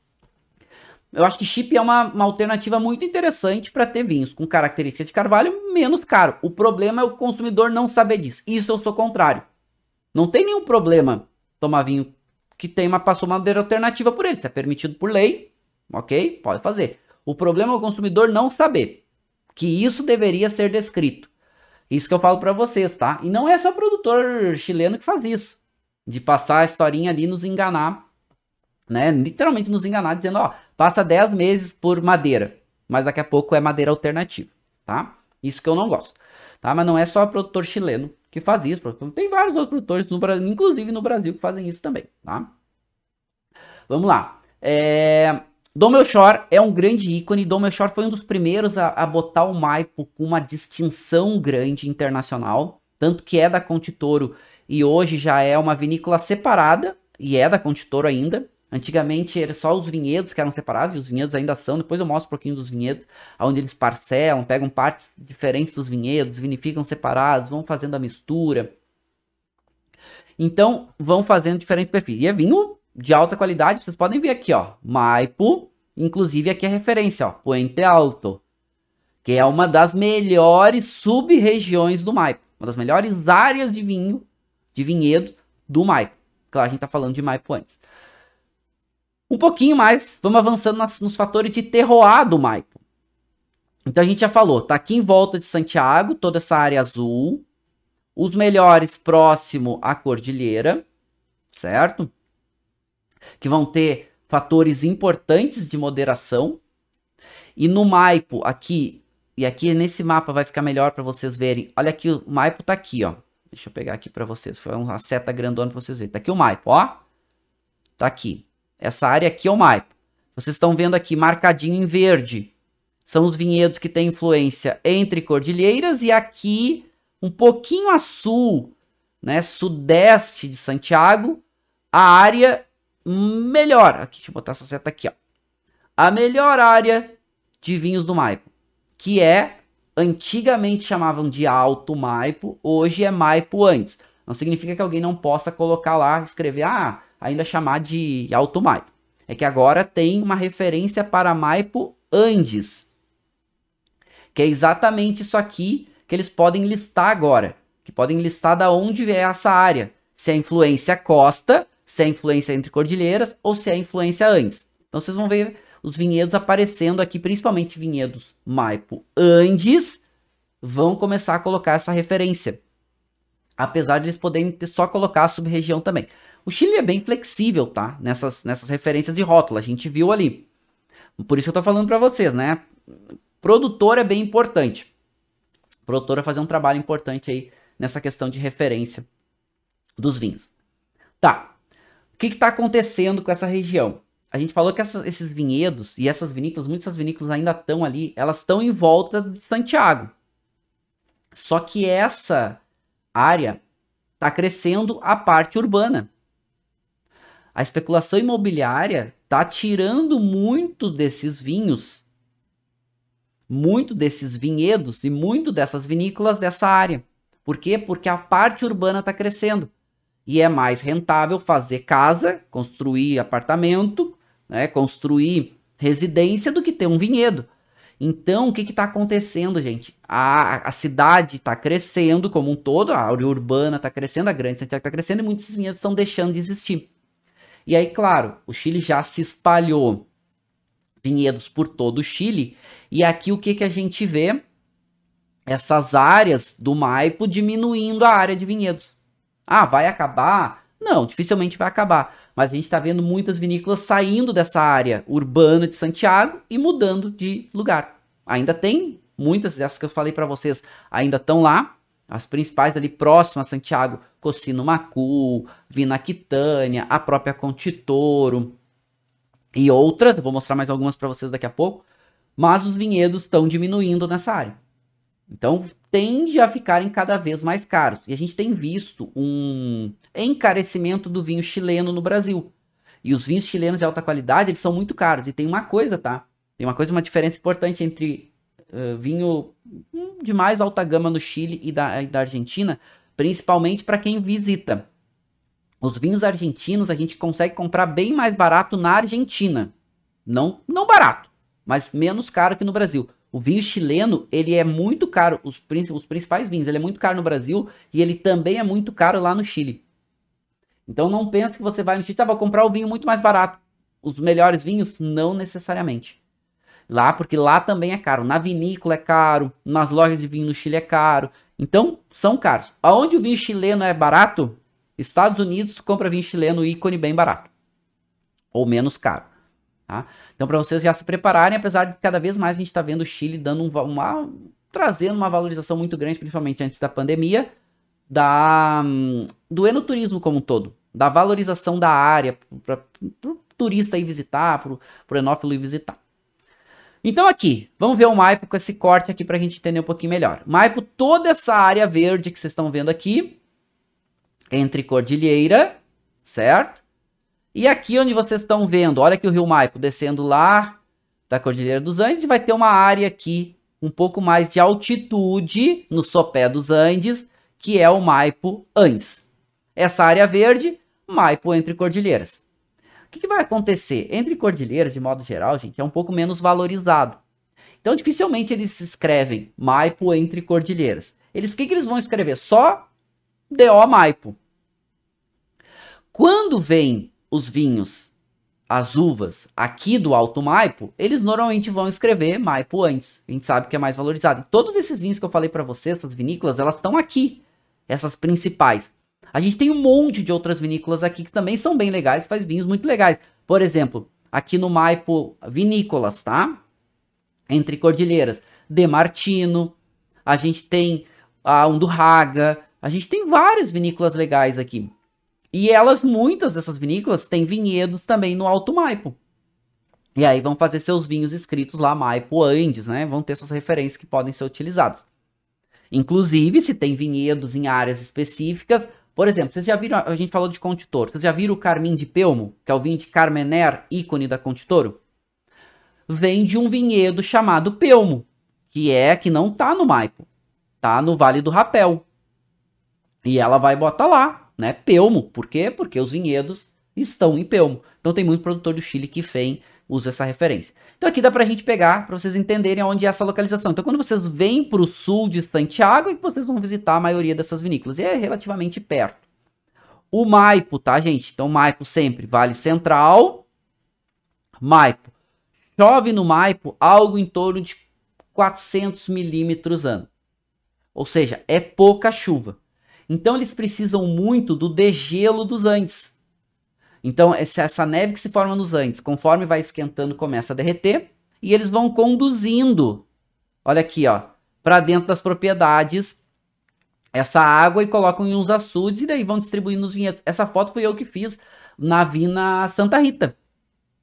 Eu acho que chip é uma alternativa muito interessante para ter vinhos com características de carvalho menos caro. O problema é o consumidor não saber disso. Isso eu sou contrário. Não tem nenhum problema tomar vinho que tem passou madeira alternativa por ele. Isso é permitido por lei, ok? Pode fazer. O problema é o consumidor não saber que isso deveria ser descrito. Isso que eu falo para vocês, tá? E não é só produtor chileno que faz isso. De passar a historinha ali e nos enganar, né? Literalmente nos enganar, dizendo, ó, passa 10 meses por madeira, mas daqui a pouco é madeira alternativa, tá? Isso que eu não gosto, tá? Mas não é só produtor chileno que faz isso. Tem vários outros produtores, inclusive no Brasil, que fazem isso também, tá? Vamos lá. Dom Melchior é um grande ícone. Dom Melchior foi um dos primeiros a botar o Maipo com uma distinção grande internacional. Tanto que é da Conte Toro e hoje já é uma vinícola separada. E é da Conte Toro ainda. Antigamente era só os vinhedos que eram separados. E os vinhedos ainda são. Depois eu mostro um pouquinho dos vinhedos. Onde eles parcelam, pegam partes diferentes dos vinhedos. Vinificam separados, vão fazendo a mistura. Então vão fazendo diferentes perfis. E é vinho de alta qualidade, vocês podem ver aqui, ó, Maipo, inclusive aqui a referência, ó, Puente Alto, que é uma das melhores sub-regiões do Maipo, uma das melhores áreas de vinho, de vinhedo do Maipo. Claro, a gente tá falando de Maipo antes. Um pouquinho mais, vamos avançando nos fatores de terroir do Maipo. Então a gente já falou, tá aqui em volta de Santiago, toda essa área azul, os melhores próximo à cordilheira, certo? Que vão ter fatores importantes de moderação. E no Maipo, aqui, e aqui nesse mapa vai ficar melhor para vocês verem. Olha aqui, o Maipo tá aqui, ó. Deixa eu pegar aqui para vocês. Foi uma seta grandona para vocês verem. Tá aqui o Maipo, ó. Tá aqui. Essa área aqui é o Maipo. Vocês estão vendo aqui marcadinho em verde. São os vinhedos que têm influência entre cordilheiras. E aqui, um pouquinho a sul, né, sudeste de Santiago, a área melhor, aqui, deixa eu botar essa seta aqui, ó. A melhor área de vinhos do Maipo, que antigamente chamavam de Alto Maipo, hoje é Maipo antes. Não significa que alguém não possa colocar lá, escrever, ainda chamar de Alto Maipo. É que agora tem uma referência para Maipo Andes, que é exatamente isso aqui que eles podem listar agora, que podem listar da onde é essa área, se é influência costa, se é influência entre cordilheiras ou se é influência Andes. Então vocês vão ver os vinhedos aparecendo aqui, principalmente vinhedos Maipo Andes, vão começar a colocar essa referência. Apesar de eles poderem só colocar a sub-região também. O Chile é bem flexível, tá? Nessas referências de rótulo, a gente viu ali. Por isso que eu tô falando para vocês, né? Produtor é bem importante. O produtor vai fazer um trabalho importante aí nessa questão de referência dos vinhos. Tá. O que está acontecendo com essa região? a gente falou que esses vinhedos e essas vinícolas, muitas vinícolas ainda estão ali, elas estão em volta de Santiago. Só que essa área está crescendo a parte urbana. A especulação imobiliária está tirando muito desses vinhos, muito desses vinhedos e muito dessas vinícolas dessa área. Por quê? Porque a parte urbana está crescendo. E é mais rentável fazer casa, construir apartamento, né, construir residência do que ter um vinhedo. Então, o que está acontecendo, gente? A cidade está crescendo como um todo, a área urbana está crescendo, a grande Santiago está crescendo e muitos vinhedos estão deixando de existir. E aí, claro, o Chile já se espalhou vinhedos por todo o Chile. E aqui o que a gente vê? Essas áreas do Maipo diminuindo a área de vinhedos. Ah, vai acabar? Não, dificilmente vai acabar. Mas a gente está vendo muitas vinícolas saindo dessa área urbana de Santiago e mudando de lugar. Ainda tem muitas dessas que eu falei para vocês, ainda estão lá. As principais ali próximas a Santiago, Cocino Macul, Vina Quitânia, a própria Contitoro e outras. Eu vou mostrar mais algumas para vocês daqui a pouco. Mas os vinhedos estão diminuindo nessa área. Então, tende a ficarem cada vez mais caros. E a gente tem visto um encarecimento do vinho chileno no Brasil. E os vinhos chilenos de alta qualidade, eles são muito caros. E tem uma coisa, tá? Tem uma diferença importante entre vinho de mais alta gama no Chile e da Argentina, principalmente para quem visita. Os vinhos argentinos a gente consegue comprar bem mais barato na Argentina. Não barato, mas menos caro que no Brasil. O vinho chileno, ele é muito caro, os principais vinhos, ele é muito caro no Brasil e ele também é muito caro lá no Chile. Então não pense que você vai no Chile, vou comprar o vinho muito mais barato. Os melhores vinhos, não necessariamente. Lá, porque lá também é caro. Na vinícola é caro, nas lojas de vinho no Chile é caro. Então, são caros. Aonde o vinho chileno é barato, Estados Unidos, tu compra vinho chileno ícone bem barato. Ou menos caro. Tá? Então, para vocês já se prepararem, apesar de cada vez mais a gente está vendo o Chile dando trazendo uma valorização muito grande, principalmente antes da pandemia, do enoturismo como um todo, da valorização da área para o turista ir visitar, para o enófilo ir visitar. Então aqui, vamos ver o Maipo com esse corte aqui para a gente entender um pouquinho melhor. Maipo, toda essa área verde que vocês estão vendo aqui, entre cordilheira, certo? E aqui onde vocês estão vendo, olha aqui o Rio Maipo descendo lá da Cordilheira dos Andes, vai ter uma área aqui um pouco mais de altitude no sopé dos Andes, que é o Maipo Andes. Essa área verde, Maipo entre cordilheiras. O que vai acontecer? Entre cordilheiras, de modo geral, gente, é um pouco menos valorizado. Então, dificilmente eles escrevem Maipo entre cordilheiras. O que eles vão escrever? Só DO Maipo. Quando vem os vinhos, as uvas aqui do Alto Maipo, eles normalmente vão escrever Maipo antes. A gente sabe que é mais valorizado. E todos esses vinhos que eu falei para vocês, essas vinícolas, elas estão aqui. Essas principais. A gente tem um monte de outras vinícolas aqui que também são bem legais, faz vinhos muito legais. Por exemplo, aqui no Maipo Vinícolas, tá? Entre cordilheiras. De Martino, a gente tem a Undurraga, a gente tem várias vinícolas legais aqui. E muitas dessas vinícolas têm vinhedos também no Alto Maipo. E aí vão fazer seus vinhos escritos lá, Maipo Andes, né? Vão ter essas referências que podem ser utilizadas. Inclusive, se tem vinhedos em áreas específicas, por exemplo, vocês já viram, a gente falou de Contitoro, vocês já viram o Carmin de Pelmo, que é o vinho de Carmener, ícone da Contitoro? Vem de um vinhedo chamado Pelmo, que não tá no Maipo, tá no Vale do Rapel. E ela vai botar lá, né, Pelmo. Por quê? Porque os vinhedos estão em Pelmo. Então tem muito produtor do Chile que usa essa referência. Então aqui dá pra gente pegar, pra vocês entenderem onde é essa localização. Então quando vocês vêm pro sul de Santiago, é que vocês vão visitar a maioria dessas vinícolas. E é relativamente perto. O Maipo, tá, gente? Então Maipo sempre, Vale Central, Maipo. Chove no Maipo algo em torno de 400 milímetros ano. Ou seja, é pouca chuva. Então eles precisam muito do degelo dos Andes. Então essa neve que se forma nos Andes, conforme vai esquentando, começa a derreter. E eles vão conduzindo, olha aqui, ó, para dentro das propriedades essa água e colocam em uns açudes e daí vão distribuindo nos vinhedos. Essa foto foi eu que fiz na Vina Santa Rita.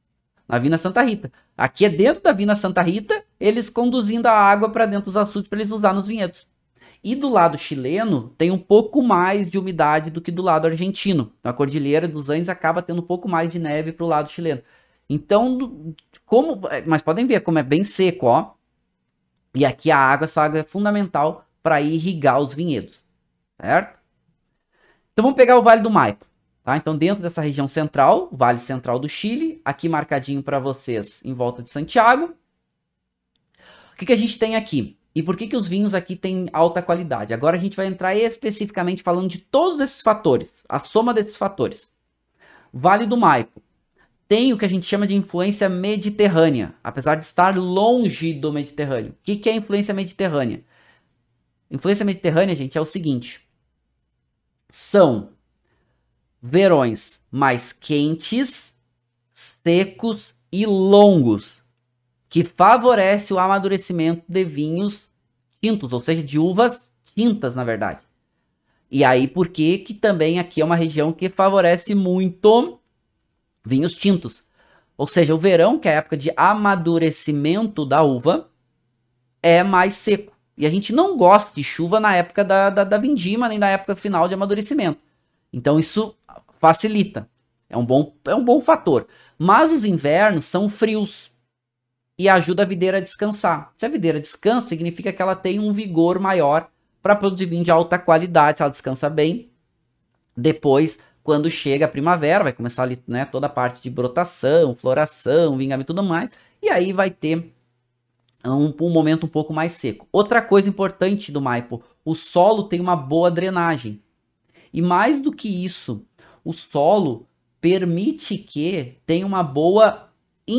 na Vina Santa Rita. Aqui é dentro da Vina Santa Rita, eles conduzindo a água para dentro dos açudes para eles usar nos vinhedos. E do lado chileno tem um pouco mais de umidade do que do lado argentino. A Cordilheira dos Andes acaba tendo um pouco mais de neve para o lado chileno. Então, mas podem ver como é bem seco, ó. E aqui essa água é fundamental para irrigar os vinhedos, certo? Então vamos pegar o Vale do Maipo, tá? Então dentro dessa região central, Vale Central do Chile, aqui marcadinho para vocês em volta de Santiago. O que a gente tem aqui? E por que os vinhos aqui têm alta qualidade? Agora a gente vai entrar especificamente falando de todos esses fatores, a soma desses fatores. Vale do Maipo tem o que a gente chama de influência mediterrânea, apesar de estar longe do Mediterrâneo. O que é influência mediterrânea? Influência mediterrânea, gente, é o seguinte. São verões mais quentes, secos e longos, que favorece o amadurecimento de vinhos tintos, ou seja, de uvas tintas, na verdade. E aí, por que também aqui é uma região que favorece muito vinhos tintos. Ou seja, o verão, que é a época de amadurecimento da uva, é mais seco. E a gente não gosta de chuva na época da vindima, nem na época final de amadurecimento. Então isso facilita. É um bom fator. Mas os invernos são frios e ajuda a videira a descansar. Se a videira descansa, significa que ela tem um vigor maior para produzir vinho de alta qualidade. Se ela descansa bem, depois, quando chega a primavera, vai começar ali, né, toda a parte de brotação, floração, vingamento e tudo mais. E aí vai ter um momento um pouco mais seco. Outra coisa importante do Maipo, o solo tem uma boa drenagem. E mais do que isso, o solo permite que tenha uma boa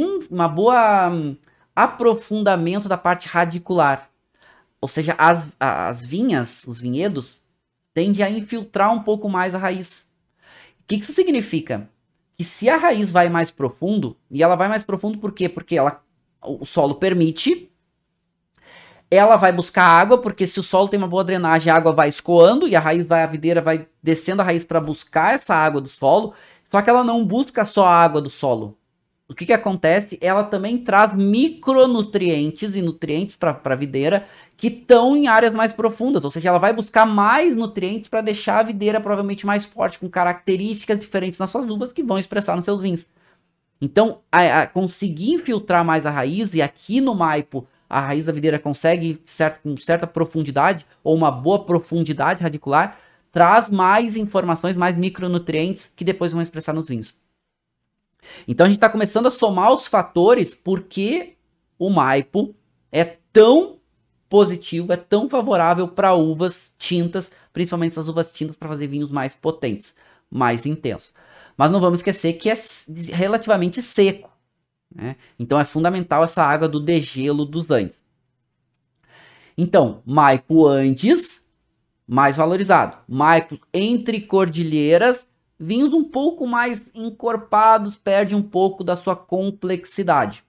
aprofundamento da parte radicular. Ou seja, as vinhas, os vinhedos, tendem a infiltrar um pouco mais a raiz. O que isso significa? Que se a raiz vai mais profundo, e ela vai mais profundo por quê? Porque o solo permite, ela vai buscar água, porque se o solo tem uma boa drenagem, a água vai escoando, e a videira vai descendo a raiz para buscar essa água do solo, só que ela não busca só a água do solo. O que acontece? Ela também traz micronutrientes e nutrientes para a videira que estão em áreas mais profundas, ou seja, ela vai buscar mais nutrientes para deixar a videira provavelmente mais forte, com características diferentes nas suas uvas que vão expressar nos seus vinhos. Então, conseguir infiltrar mais a raiz, e aqui no Maipo, a raiz da videira consegue, com certa profundidade, ou uma boa profundidade radicular, traz mais informações, mais micronutrientes que depois vão expressar nos vinhos. Então a gente está começando a somar os fatores porque o Maipo é tão positivo, é tão favorável para uvas tintas, principalmente essas uvas tintas para fazer vinhos mais potentes, mais intensos. Mas não vamos esquecer que é relativamente seco, né? Então é fundamental essa água do degelo dos Andes. Então, Maipo Andes, mais valorizado. Maipo entre cordilheiras, vinhos um pouco mais encorpados, perde um pouco da sua complexidade.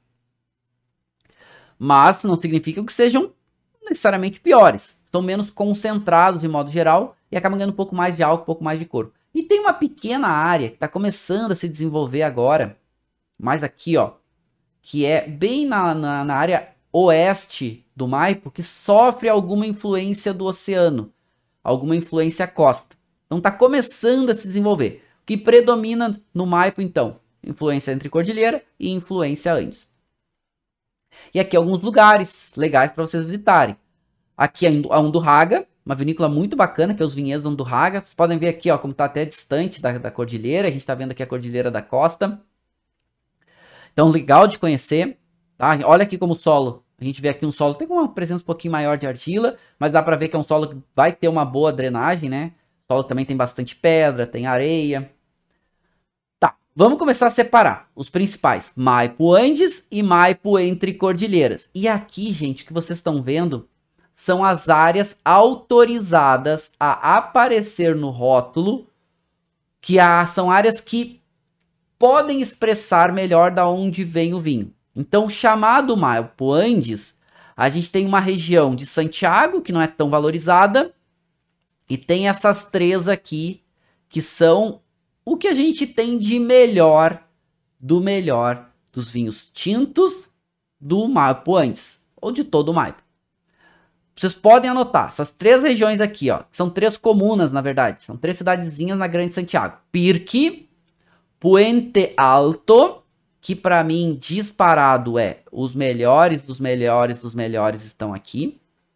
Mas não significa que sejam necessariamente piores. São menos concentrados de modo geral e acabam ganhando um pouco mais de álcool, um pouco mais de cor. E tem uma pequena área que está começando a se desenvolver agora, mais aqui, ó, que é bem na área oeste do Maipo, que sofre alguma influência do oceano, alguma influência costa. Então está começando a se desenvolver. O que predomina no Maipo, então? Influência entre cordilheira e influência Andes. E aqui alguns lugares legais para vocês visitarem. Aqui a Undurraga, uma vinícola muito bacana, que é os vinhedos Undurraga. Vocês podem ver aqui, ó, como está até distante da cordilheira. A gente está vendo aqui a cordilheira da costa. Então, legal de conhecer. Tá? Olha aqui como o solo. A gente vê aqui um solo, tem uma presença um pouquinho maior de argila, mas dá para ver que é um solo que vai ter uma boa drenagem, né? O solo também tem bastante pedra, tem areia. Tá, vamos começar a separar os principais. Maipo Andes e Maipo entre cordilheiras. E aqui, gente, o que vocês estão vendo são as áreas autorizadas a aparecer no rótulo, que são áreas que podem expressar melhor da onde vem o vinho. Então, chamado Maipo Andes, a gente tem uma região de Santiago, que não é tão valorizada, e tem essas três aqui, que são o que a gente tem de melhor do melhor dos vinhos tintos do Maipo Andes, ou de todo o Maipo. Vocês podem anotar, essas 3 regiões aqui, ó, são 3 comunas, na verdade, são 3 cidadezinhas na Grande Santiago. Pirque, Puente Alto, que para mim, disparado os melhores dos melhores dos melhores estão aqui,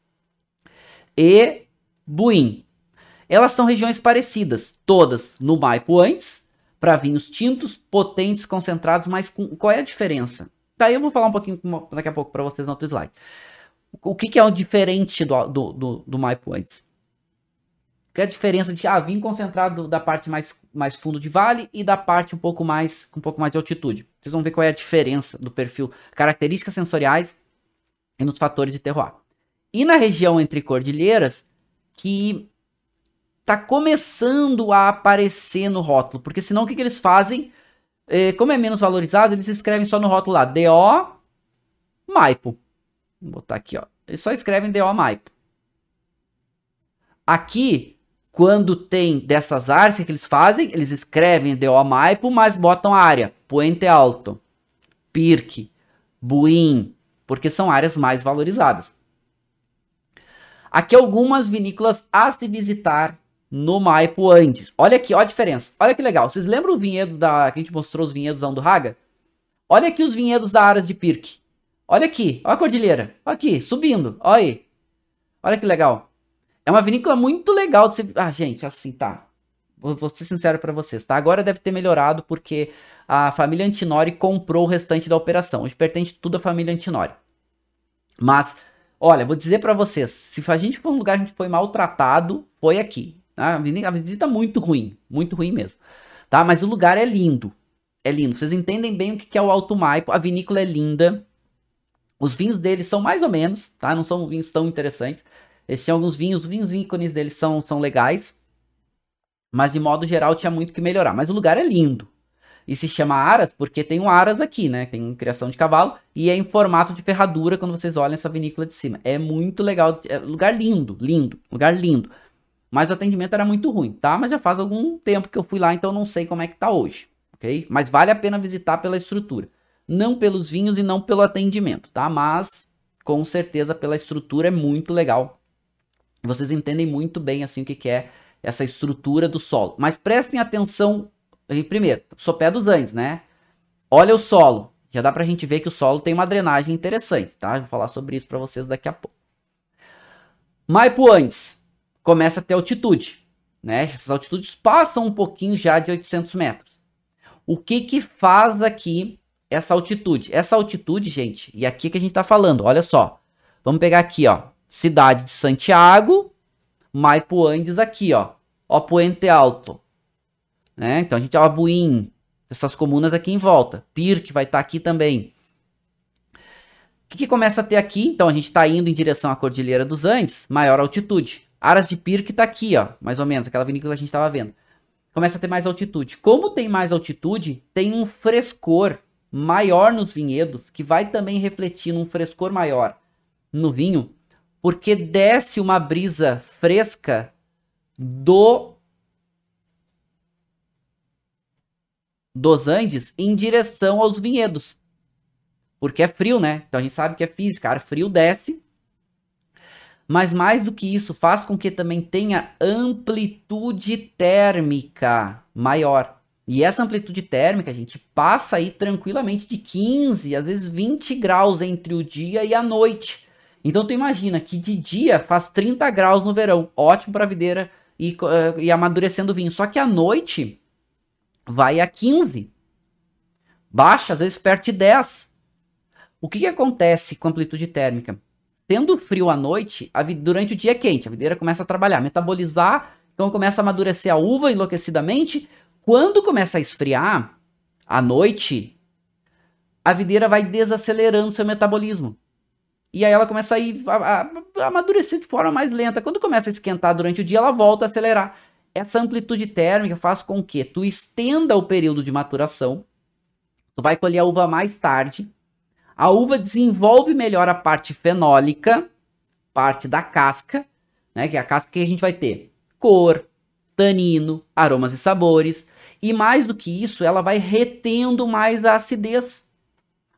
e Buin. Elas são regiões parecidas, todas no Maipo Andes, para vinhos tintos, potentes, concentrados, mas qual é a diferença? Daí eu vou falar um pouquinho daqui a pouco para vocês no outro slide. O que é o diferente do Maipo Andes? Que é a diferença de vinho concentrado da parte mais fundo de vale e da parte com um pouco mais de altitude. Vocês vão ver qual é a diferença do perfil, características sensoriais e nos fatores de terroir. E na região entre cordilheiras, que tá começando a aparecer no rótulo, porque senão o que eles fazem? Como é menos valorizado, eles escrevem só no rótulo lá, DO Maipo. Vou botar aqui, ó. Eles só escrevem DO Maipo. Aqui, quando tem dessas áreas, o que eles fazem? Eles escrevem DO Maipo, mas botam a área Puente Alto, Pirque, Buin, porque são áreas mais valorizadas. Aqui algumas vinícolas a se visitar no Maipo Andes. Olha aqui, ó a diferença. Olha que legal. Vocês lembram o vinhedo que a gente mostrou, os vinhedos do Raga? Olha aqui os vinhedos da Aras de Pirque. Olha aqui, olha a cordilheira. Olha aqui, subindo. Olha aí. Olha que legal. É uma vinícola muito legal de se... gente, assim, tá. Vou ser sincero pra vocês, tá? Agora deve ter melhorado porque a família Antinori comprou o restante da operação. Hoje pertence tudo à família Antinori. Mas, olha, vou dizer pra vocês, se a gente for um lugar que a gente foi maltratado, foi aqui. Tá? A visita muito ruim mesmo. Tá? Mas o lugar é lindo. É lindo. Vocês entendem bem o que é o Alto Maipo. A vinícola é linda. Os vinhos deles são mais ou menos, tá? Não são vinhos tão interessantes. Eles tinham alguns vinhos, os vinhos ícones deles são legais. Mas de modo geral tinha muito que melhorar. Mas o lugar é lindo. E se chama Aras porque tem um Aras aqui, né? Tem criação de cavalo. E é em formato de ferradura quando vocês olham essa vinícola de cima. É muito legal. É lugar lindo, lindo. Lugar lindo. Mas o atendimento era muito ruim, tá? Mas já faz algum tempo que eu fui lá, então eu não sei como é que tá hoje, ok? Mas vale a pena visitar pela estrutura. Não pelos vinhos e não pelo atendimento, tá? Mas, com certeza, pela estrutura é muito legal. Vocês entendem muito bem, assim, o que é essa estrutura do solo. Mas prestem atenção, primeiro, Sopé dos Andes, né? Olha o solo. Já dá pra gente ver que o solo tem uma drenagem interessante, tá? Eu vou falar sobre isso pra vocês daqui a pouco. Maipo Andes começa a ter altitude, né? Essas altitudes passam um pouquinho já de 800 metros. O que faz aqui essa altitude? Essa altitude, gente, e aqui que a gente tá falando, olha só. Vamos pegar aqui, ó, cidade de Santiago, Maipo Andes aqui, ó Puente Alto, né? Então a gente tem Buin, essas comunas aqui em volta. Pirque vai estar aqui também. O que começa a ter aqui? Então a gente está indo em direção à Cordilheira dos Andes, maior altitude. Aras de Pirque está aqui, ó, mais ou menos, aquela vinícola que a gente estava vendo. Começa a ter mais altitude. Como tem mais altitude, tem um frescor maior nos vinhedos, que vai também refletir num frescor maior no vinho, porque desce uma brisa fresca dos Andes em direção aos vinhedos. Porque é frio, né? Então a gente sabe que é física, ar frio desce. Mas mais do que isso, faz com que também tenha amplitude térmica maior. E essa amplitude térmica, a gente passa aí tranquilamente de 15, às vezes 20 graus entre o dia e a noite. Então tu imagina que de dia faz 30 graus no verão. Ótimo para videira e amadurecendo o vinho. Só que à noite vai a 15. Baixa, às vezes perto de 10. O que acontece com a amplitude térmica? Tendo frio à noite, durante o dia é quente, a videira começa a trabalhar, metabolizar, então começa a amadurecer a uva enlouquecidamente. Quando começa a esfriar, à noite, a videira vai desacelerando seu metabolismo. E aí ela começa a amadurecer de forma mais lenta. Quando começa a esquentar durante o dia, ela volta a acelerar. Essa amplitude térmica faz com que tu estenda o período de maturação, tu vai colher a uva mais tarde, a uva desenvolve melhor a parte fenólica, parte da casca, né? Que é a casca que a gente vai ter cor, tanino, aromas e sabores. E mais do que isso, ela vai retendo mais a acidez.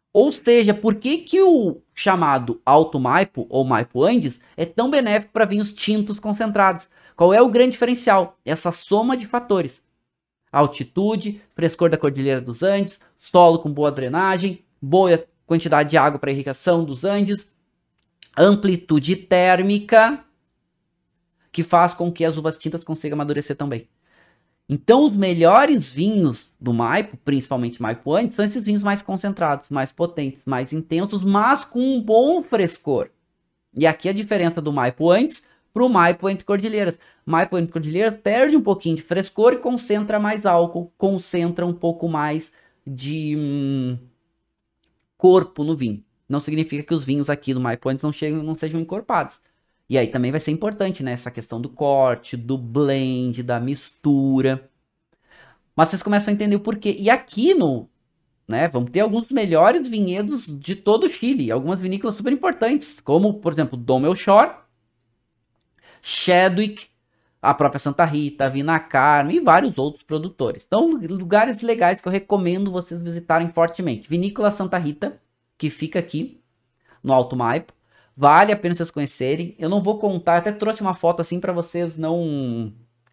Ou seja, por que que o chamado Alto Maipo ou Maipo Andes é tão benéfico para vinhos tintos concentrados? Qual é o grande diferencial? Essa soma de fatores. Altitude, frescor da Cordilheira dos Andes, solo com boa drenagem, boa quantidade de água para irrigação dos Andes, amplitude térmica, que faz com que as uvas tintas consigam amadurecer também. Então, os melhores vinhos do Maipo, principalmente Maipo Andes, são esses vinhos mais concentrados, mais potentes, mais intensos, mas com um bom frescor. E aqui a diferença do Maipo Andes para o Maipo Entre Cordilheiras. Maipo Entre Cordilheiras perde um pouquinho de frescor e concentra mais álcool, concentra um pouco mais de corpo no vinho. Não significa que os vinhos aqui do Maipo Andes não sejam encorpados. E aí também vai ser importante, né? Essa questão do corte, do blend, da mistura. Mas vocês começam a entender o porquê. E aqui né, vamos ter alguns dos melhores vinhedos de todo o Chile. Algumas vinícolas super importantes, como, por exemplo, Dom Melchor, Chadwick, a própria Santa Rita, Vina Carmen e vários outros produtores. Então, lugares legais que eu recomendo vocês visitarem fortemente. Vinícola Santa Rita, que fica aqui no Alto Maipo. Vale a pena vocês conhecerem. Eu não vou contar, até trouxe uma foto assim para vocês não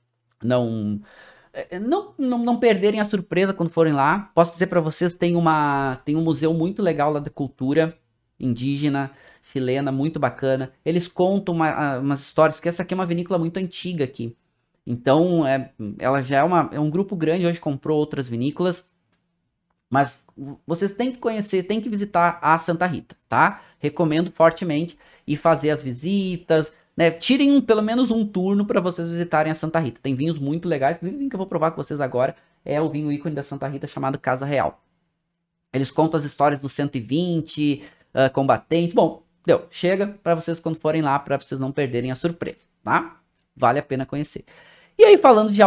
perderem a surpresa quando forem lá. Posso dizer para vocês, tem um museu muito legal lá da cultura indígena chilena, muito bacana. Eles contam umas histórias, porque essa aqui é uma vinícola muito antiga aqui. Então, ela já é um grupo grande, hoje comprou outras vinícolas. Mas vocês têm que conhecer, têm que visitar a Santa Rita, tá? Recomendo fortemente e fazer as visitas, né? Tirem pelo menos um turno para vocês visitarem a Santa Rita. Tem vinhos muito legais. O vinho que eu vou provar com vocês agora é o vinho ícone da Santa Rita chamado Casa Real. Eles contam as histórias dos 120 combatentes. Bom, deu. Chega para vocês quando forem lá, para vocês não perderem a surpresa, tá? Vale a pena conhecer. E aí, falando de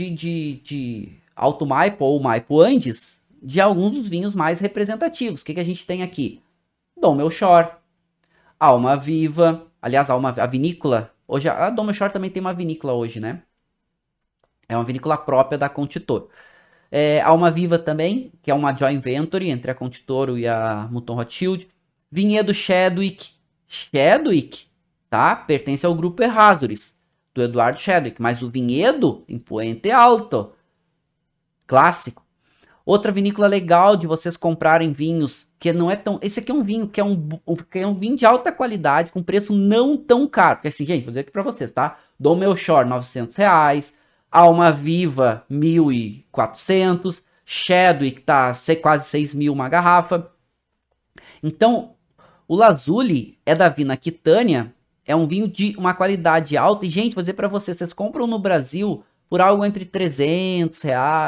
Alto Maipo ou Maipo Andes, de alguns dos vinhos mais representativos. O que a gente tem aqui? Dom Melchor, Alma Viva. Aliás, a vinícola. Hoje, a Dom Melchor também tem uma vinícola hoje, né? É uma vinícola própria da Conte-Toro. Alma Viva também, que é uma joint venture entre a Conte-Toro e a Mouton Rothschild. Vinhedo Chadwick. Chadwick, tá? Pertence ao grupo Errázuriz, do Eduardo Chadwick. Mas o vinhedo em Puente Alto. Clássico. Outra vinícola legal de vocês comprarem vinhos, que não é tão... Esse aqui é um vinho que é um vinho de alta qualidade, com preço não tão caro. Porque assim, gente, vou dizer aqui pra vocês, tá? Dom Melchor, R$900. Alma Viva, 1.400. Chadwick tá quase 6.000 uma garrafa. Então, o Lazuli é da Vina Quitânia. É um vinho de uma qualidade alta. E, gente, vou dizer pra vocês compram no Brasil por algo entre R$300,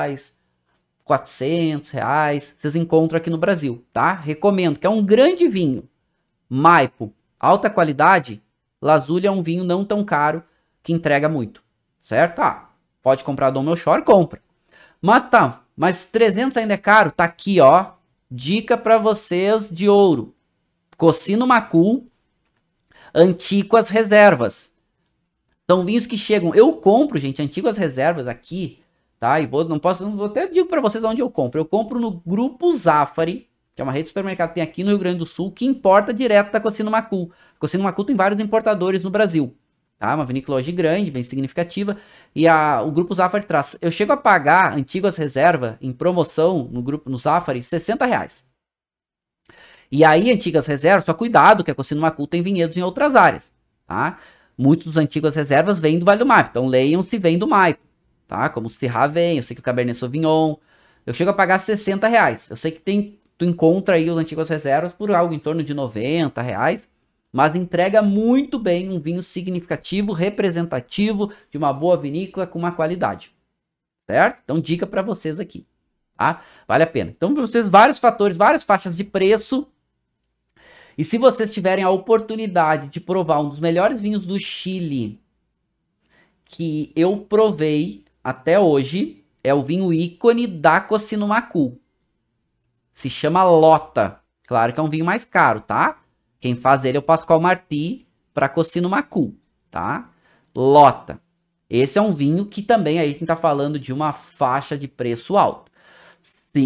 R$400, vocês encontram aqui no Brasil, tá? Recomendo, que é um grande vinho. Maipo, alta qualidade. Lazuli é um vinho não tão caro, que entrega muito, certo? Pode comprar Dom Melchor, compra. Mas 300 ainda é caro? Tá aqui, ó. Dica para vocês de ouro. Cocino Macul, Antiquas Reservas. São vinhos que chegam... Eu compro, gente, Antigas Reservas aqui... Tá? E até digo para vocês onde eu compro. Eu compro no Grupo Zafari, que é uma rede de supermercado que tem aqui no Rio Grande do Sul, que importa direto da Cocino Macul. Cocino Macul tem vários importadores no Brasil. Tá? Uma vinícola hoje grande, bem significativa. E o Grupo Zafari traz. Eu chego a pagar Antigas Reserva em promoção no Zafari R$60. E aí, Antigas Reservas, só cuidado que a Cocino Macul tem vinhedos em outras áreas. Tá? Muitos dos Antigas Reservas vêm do Vale do Maipo. Então leiam se vem do Maipo. Tá? Como o Syrah vem, eu sei que o Cabernet Sauvignon. Eu chego a pagar R$60. Eu sei que tu encontra aí os Antigas Reservas por algo em torno de R$90. Mas entrega muito bem um vinho significativo, representativo, de uma boa vinícola com uma qualidade. Certo? Então, dica para vocês aqui. Tá? Vale a pena. Então, para vocês, vários fatores, várias faixas de preço. E se vocês tiverem a oportunidade de provar um dos melhores vinhos do Chile que eu provei até hoje, é o vinho ícone da Cocino Macul. Se chama Lota. Claro que é um vinho mais caro, tá? Quem faz ele é o Pascoal Martí para Cocino Macul, tá? Lota. Esse é um vinho que também aí a gente tá falando de uma faixa de preço alto. Sim.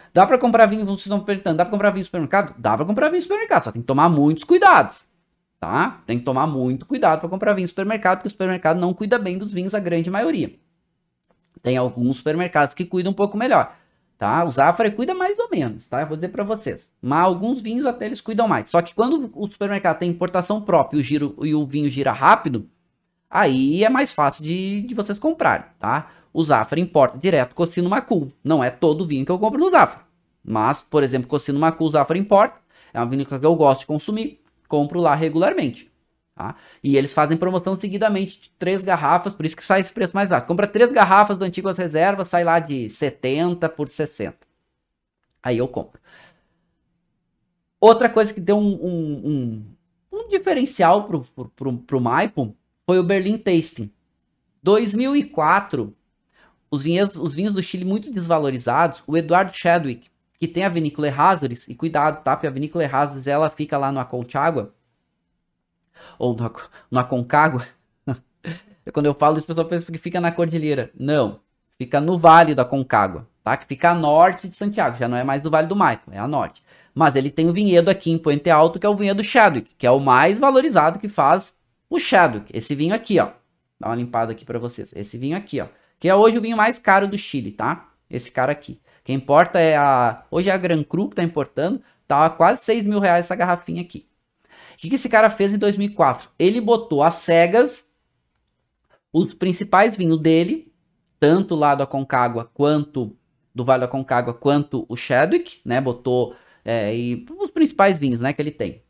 Dá para comprar vinho, vocês estão perguntando, dá para comprar vinho no supermercado? Dá para comprar vinho no supermercado, só tem que tomar muitos cuidados, tá? Tem que tomar muito cuidado para comprar vinho no supermercado, porque o supermercado não cuida bem dos vinhos, a grande maioria. Tem alguns supermercados que cuidam um pouco melhor, tá? O Zafra cuida mais ou menos, tá? Eu vou dizer para vocês. Mas alguns vinhos até eles cuidam mais. Só que quando o supermercado tem importação própria e o vinho gira rápido, aí é mais fácil de vocês comprarem, tá? O Zafra importa direto Cocino Macul. Não é todo vinho que eu compro no Zafra. Mas, por exemplo, Cocino Macul, Zafra importa. É uma vinícola que eu gosto de consumir. Compro lá regularmente. Tá? E eles fazem promoção seguidamente de 3 garrafas, por isso que sai esse preço mais baixo. Compra 3 garrafas do Antigas Reservas, sai lá de 70 por 60. Aí eu compro. Outra coisa que deu um diferencial pro Maipo foi o Berlin Tasting. 2004, os vinhos do Chile muito desvalorizados, o Eduardo Chadwick, que tem a vinícola Errázuriz, e cuidado, tá? Porque a vinícola Errázuriz, ela fica lá no Aconcagua, ou no Aconcagua. Quando eu falo isso, o pessoal pensa que fica na Cordilheira. Não, fica no Vale do Aconcagua, tá? Que fica a norte de Santiago, já não é mais do Vale do Maipo, é a norte. Mas ele tem um vinhedo aqui em Puente Alto, que é o vinhedo Chadwick, que é o mais valorizado que faz o Chadwick. Esse vinho aqui, ó. Dá uma limpada aqui pra vocês. Esse vinho aqui, ó. Que é hoje o vinho mais caro do Chile, tá? Esse cara aqui. Quem importa é a... Hoje é a Gran Cru que tá importando. Tá a quase 6 mil reais essa garrafinha aqui. O que esse cara fez em 2004? Ele botou às cegas os principais vinhos dele, tanto lá do Aconcagua quanto do Vale do Aconcagua, quanto o Chadwick, né? Botou e os principais vinhos, né, que ele tem.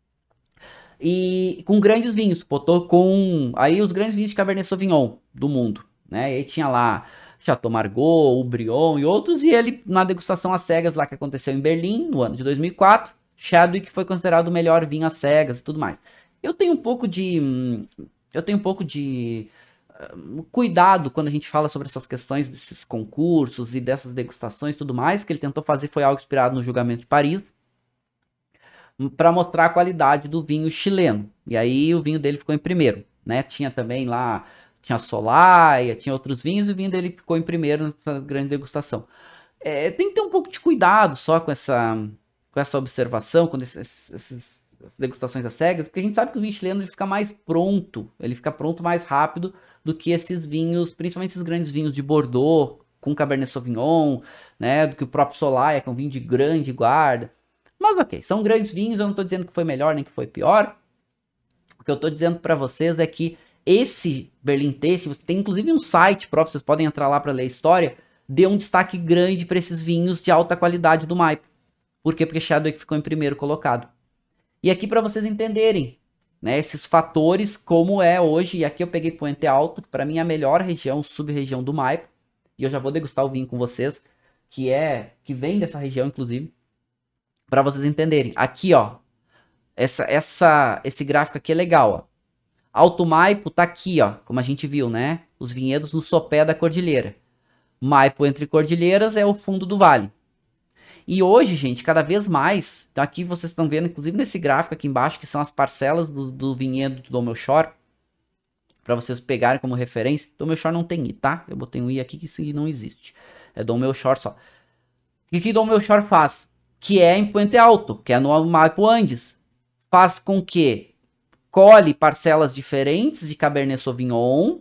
E com grandes vinhos, botou com aí os grandes vinhos de Cabernet Sauvignon do mundo, né? E aí tinha lá Chateau Margaux, o Brion e outros, e ele na degustação às cegas lá que aconteceu em Berlim no ano de 2004, Chadwick foi considerado o melhor vinho às cegas e tudo mais. Eu tenho um pouco de cuidado quando a gente fala sobre essas questões desses concursos e dessas degustações e tudo mais, que ele tentou fazer foi algo inspirado no julgamento de Paris, para mostrar a qualidade do vinho chileno. E aí o vinho dele ficou em primeiro, né? Tinha também lá, tinha Solaia, tinha outros vinhos e o vinho dele ficou em primeiro na grande degustação. Tem que ter um pouco de cuidado só com essa observação, com essas degustações às cegas, porque a gente sabe que o vinho chileno ele fica mais pronto, ele fica pronto mais rápido do que esses vinhos, principalmente esses grandes vinhos de Bordeaux, com Cabernet Sauvignon, né? Do que o próprio Solaia, que é um vinho de grande guarda. Mas ok, são grandes vinhos, eu não estou dizendo que foi melhor nem que foi pior. O que eu estou dizendo para vocês é que esse Berlin Tasting, você tem inclusive um site próprio, vocês podem entrar lá para ler a história, deu um destaque grande para esses vinhos de alta qualidade do Maipo. Por quê? Porque Chadwick ficou em primeiro colocado. E aqui para vocês entenderem, né, esses fatores como é hoje, e aqui eu peguei Puente Alto, que para mim é a melhor região, sub-região do Maipo, e eu já vou degustar o vinho com vocês, que vem dessa região inclusive. Para vocês entenderem. Aqui, ó. Esse gráfico aqui é legal, ó. Alto Maipo tá aqui, ó. Como a gente viu, né? Os vinhedos no sopé da cordilheira. Maipo entre cordilheiras é o fundo do vale. E hoje, gente, cada vez mais... Então aqui vocês estão vendo, inclusive nesse gráfico aqui embaixo, que são as parcelas do vinhedo do Domelchor. Para vocês pegarem como referência. Domelchor não tem I, tá? Eu botei um I aqui que isso não existe. É Domelchor só. O que Domelchor faz? Que é em Puente Alto, que é no Maipo Andes, faz com que colhe parcelas diferentes de Cabernet Sauvignon,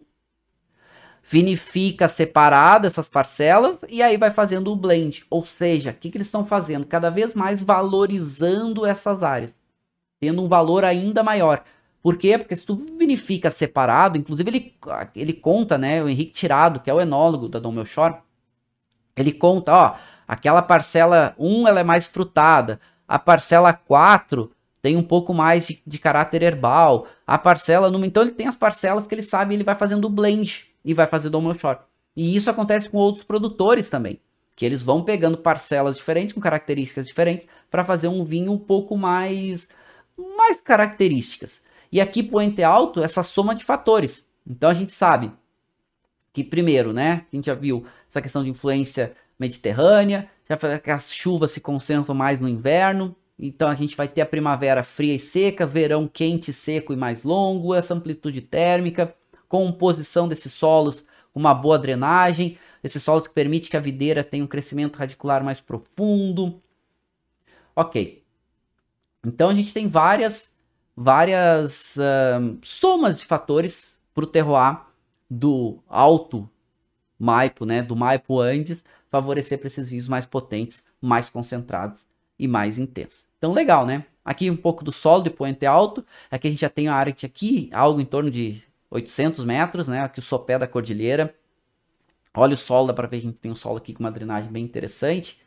vinifica separado essas parcelas e aí vai fazendo o blend. Ou seja, o que eles estão fazendo? Cada vez mais valorizando essas áreas, tendo um valor ainda maior. Por quê? Porque se tu vinifica separado, inclusive ele conta, né, o Henrique Tirado, que é o enólogo da Dom Melchor, ele conta, ó, aquela parcela 1 ela é mais frutada, a parcela 4 tem um pouco mais de caráter herbal, a parcela... Então ele tem as parcelas que ele sabe, ele vai fazendo o blend e vai fazer Dom Melchor. E isso acontece com outros produtores também, que eles vão pegando parcelas diferentes, com características diferentes, para fazer um vinho um pouco mais características. E aqui Puente Alto, essa soma de fatores. Então a gente sabe que primeiro, né, a gente já viu essa questão de influência mediterrânea, já falei que as chuvas se concentram mais no inverno, então a gente vai ter a primavera fria e seca, verão quente, seco e mais longo, essa amplitude térmica, composição desses solos, uma boa drenagem, esses solos que permitem que a videira tenha um crescimento radicular mais profundo. Ok. Então a gente tem várias somas de fatores para o terroir do Alto Maipo, né, do Maipo Andes, favorecer para esses vinhos mais potentes, mais concentrados e mais intensos. Então legal, né? Aqui um pouco do solo de Puente Alto, aqui a gente já tem a área que aqui, algo em torno de 800 metros, né, aqui o sopé da cordilheira. Olha o solo, dá para ver que a gente tem um solo aqui com uma drenagem bem interessante.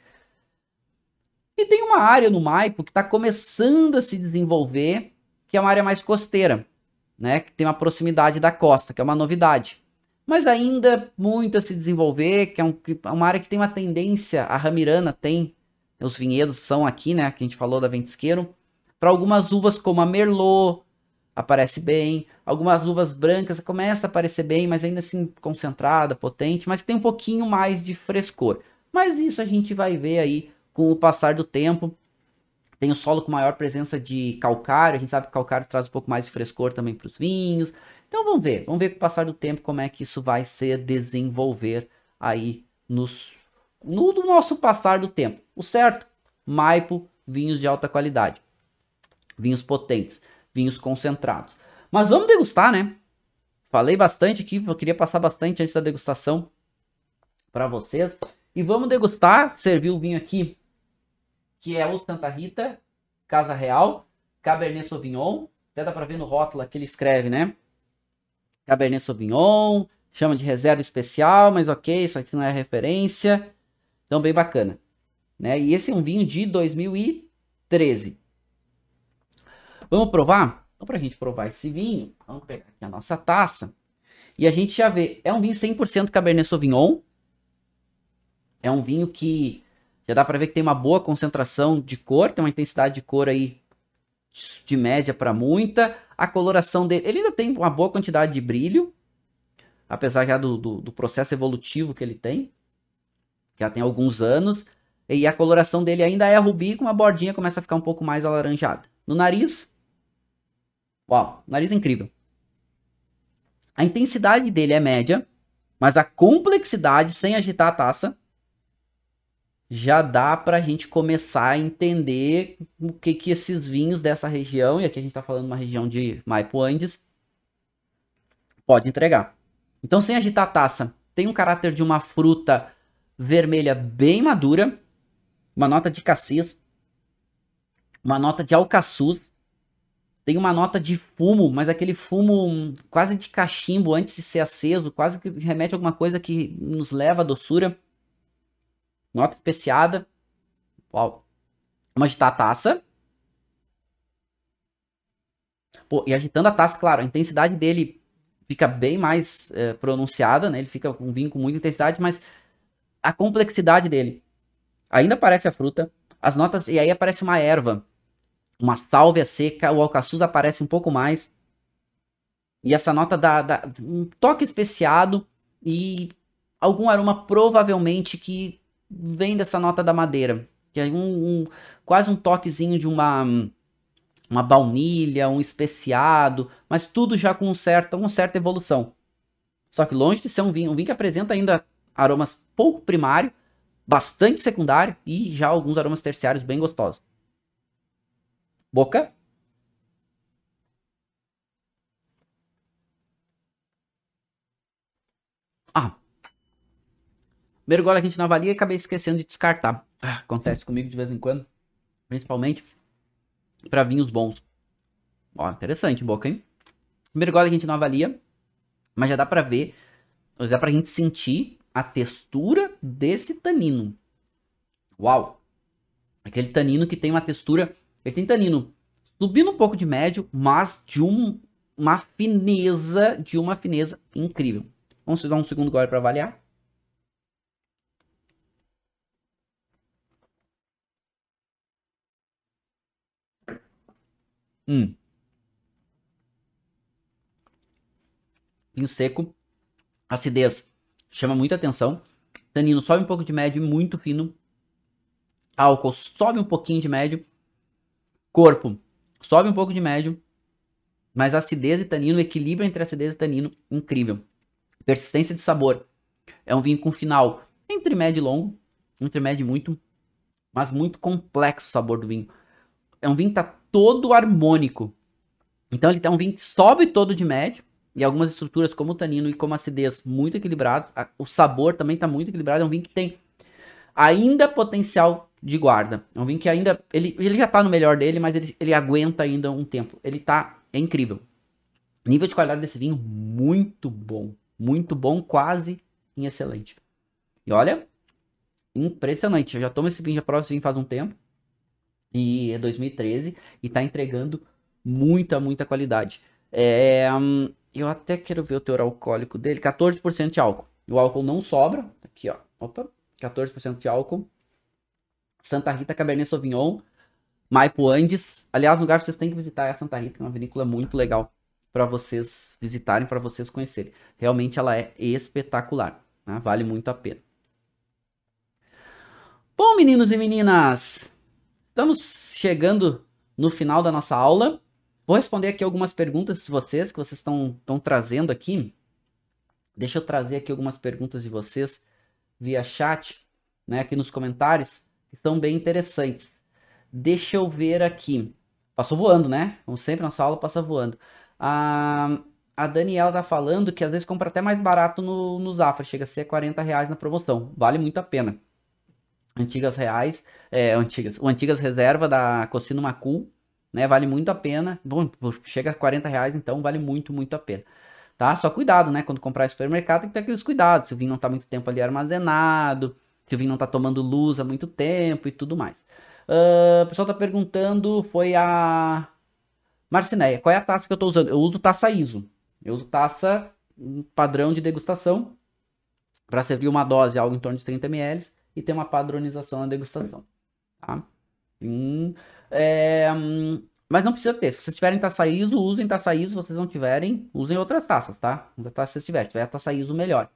E tem uma área no Maipo que está começando a se desenvolver, que é uma área mais costeira, né? Que tem uma proximidade da costa, que é uma novidade. Mas ainda muito a se desenvolver, que é uma área que tem uma tendência, a Ramirana tem, os vinhedos são aqui, né? Que a gente falou da Ventisqueiro. Para algumas uvas como a Merlot, aparece bem. Algumas uvas brancas começa a aparecer bem, mas ainda assim concentrada, potente, mas tem um pouquinho mais de frescor. Mas isso a gente vai ver aí com o passar do tempo. Tem o solo com maior presença de calcário, a gente sabe que o calcário traz um pouco mais de frescor também para os vinhos. Então vamos ver com o passar do tempo como é que isso vai se desenvolver aí no nosso passar do tempo. O certo? Maipo, vinhos de alta qualidade, vinhos potentes, vinhos concentrados. Mas vamos degustar, né? Falei bastante aqui, eu queria passar bastante antes da degustação para vocês. E vamos degustar, servir o vinho aqui, que é o Santa Rita, Casa Real, Cabernet Sauvignon. Até dá para ver no rótulo que ele escreve, né? Cabernet Sauvignon, chama de reserva especial, mas ok, isso aqui não é referência. Então, bem bacana, né? E esse é um vinho de 2013. Vamos provar? Então, para a gente provar esse vinho, vamos pegar aqui a nossa taça. E a gente já vê, é um vinho 100% Cabernet Sauvignon. É um vinho que já dá para ver que tem uma boa concentração de cor, tem uma intensidade de cor aí de média para muita. A coloração dele, ele ainda tem uma boa quantidade de brilho, apesar já do processo evolutivo que ele tem. Já tem alguns anos. E a coloração dele ainda é rubi, com uma bordinha começa a ficar um pouco mais alaranjada. No nariz, uau, nariz incrível. A intensidade dele é média, mas a complexidade, sem agitar a taça, já dá pra gente começar a entender o que esses vinhos dessa região, e aqui a gente tá falando de uma região de Maipo Andes, pode entregar. Então, sem agitar a taça, tem um caráter de uma fruta vermelha bem madura, uma nota de cassis, uma nota de alcaçuz, tem uma nota de fumo, mas aquele fumo quase de cachimbo antes de ser aceso, quase que remete a alguma coisa que nos leva à doçura. Nota especiada. Uau. Vamos agitar a taça. Pô, e agitando a taça, claro, a intensidade dele fica bem mais pronunciada, né? Ele fica um vinho com muita intensidade, mas a complexidade dele ainda aparece a fruta, as notas, e aí aparece uma erva, uma sálvia seca, o alcaçuz aparece um pouco mais, e essa nota dá um toque especiado e algum aroma provavelmente que vem dessa nota da madeira, que é quase um toquezinho de uma baunilha, um especiado, mas tudo já com uma certa evolução. Só que longe de ser um vinho que apresenta ainda aromas pouco primário, bastante secundário e já alguns aromas terciários bem gostosos. Boca. Ah, primeiro gole a gente não avalia e acabei esquecendo de descartar. Acontece comigo de vez em quando, principalmente para vinhos bons. Ó, interessante, boca, hein? Primeiro gole a gente não avalia, mas já dá pra ver, dá pra gente sentir a textura desse tanino. Uau! Aquele tanino que tem uma textura, ele tem tanino subindo um pouco de médio, mas de uma fineza incrível. Vamos dar um segundo gole para avaliar. Vinho seco, acidez chama muita atenção. Tanino sobe um pouco de médio e muito fino. Álcool sobe um pouquinho de médio. Corpo sobe um pouco de médio. Mas acidez e tanino, equilíbrio entre acidez e tanino, incrível. Persistência de sabor. É um vinho com final entre médio e longo, entre médio e muito, mas muito complexo o sabor do vinho. É um vinho que tá todo harmônico. Então ele é um vinho que sobe todo de médio, e algumas estruturas como o tanino e como a acidez muito equilibrados. O sabor também tá muito equilibrado. É um vinho que tem ainda potencial de guarda. É um vinho que ainda, ele já tá no melhor dele, mas ele aguenta ainda um tempo. É incrível. Nível de qualidade desse vinho, muito bom, quase em excelente. E olha, impressionante. Eu já tomo esse vinho, já provo esse vinho faz um tempo. E é 2013 e tá entregando muita qualidade. Eu até quero ver o teor alcoólico dele, 14% de álcool. O álcool não sobra, aqui ó, opa, 14% de álcool. Santa Rita Cabernet Sauvignon, Maipo Andes. Aliás, o lugar que vocês têm que visitar é a Santa Rita, que é uma vinícola muito legal para vocês visitarem, para vocês conhecerem. Realmente ela é espetacular, né? Vale muito a pena. Bom, meninos e meninas, estamos chegando no final da nossa aula. Vou responder aqui algumas perguntas de vocês, que vocês estão trazendo aqui. Deixa eu trazer aqui algumas perguntas de vocês via chat, né, aqui nos comentários, que são bem interessantes. Deixa eu ver aqui. Passou voando, né? Como sempre, nossa aula passa voando. A Daniela tá falando que às vezes compra até mais barato no Zafra. Chega a ser R$40 na promoção. Vale muito a pena. Antigas reserva da Cocino Macul, né? Vale muito a pena. Bom, chega a R$40, então vale muito a pena. Tá? Só cuidado, né? Quando comprar em supermercado tem que ter aqueles cuidados. Se o vinho não tá muito tempo ali armazenado, se o vinho não tá tomando luz há muito tempo e tudo mais. O pessoal tá perguntando, foi a Marcinéia, qual é a taça que eu tô usando? Eu uso taça ISO. Eu uso taça padrão de degustação para servir uma dose, algo em torno de 30 ml, e ter uma padronização na degustação. Tá? Mas não precisa ter. Se vocês tiverem taça ISO, usem taça ISO. Se vocês não tiverem, usem outras taças, tá? Outra taça se vocês tiverem. Se tiver a taça ISO, melhor.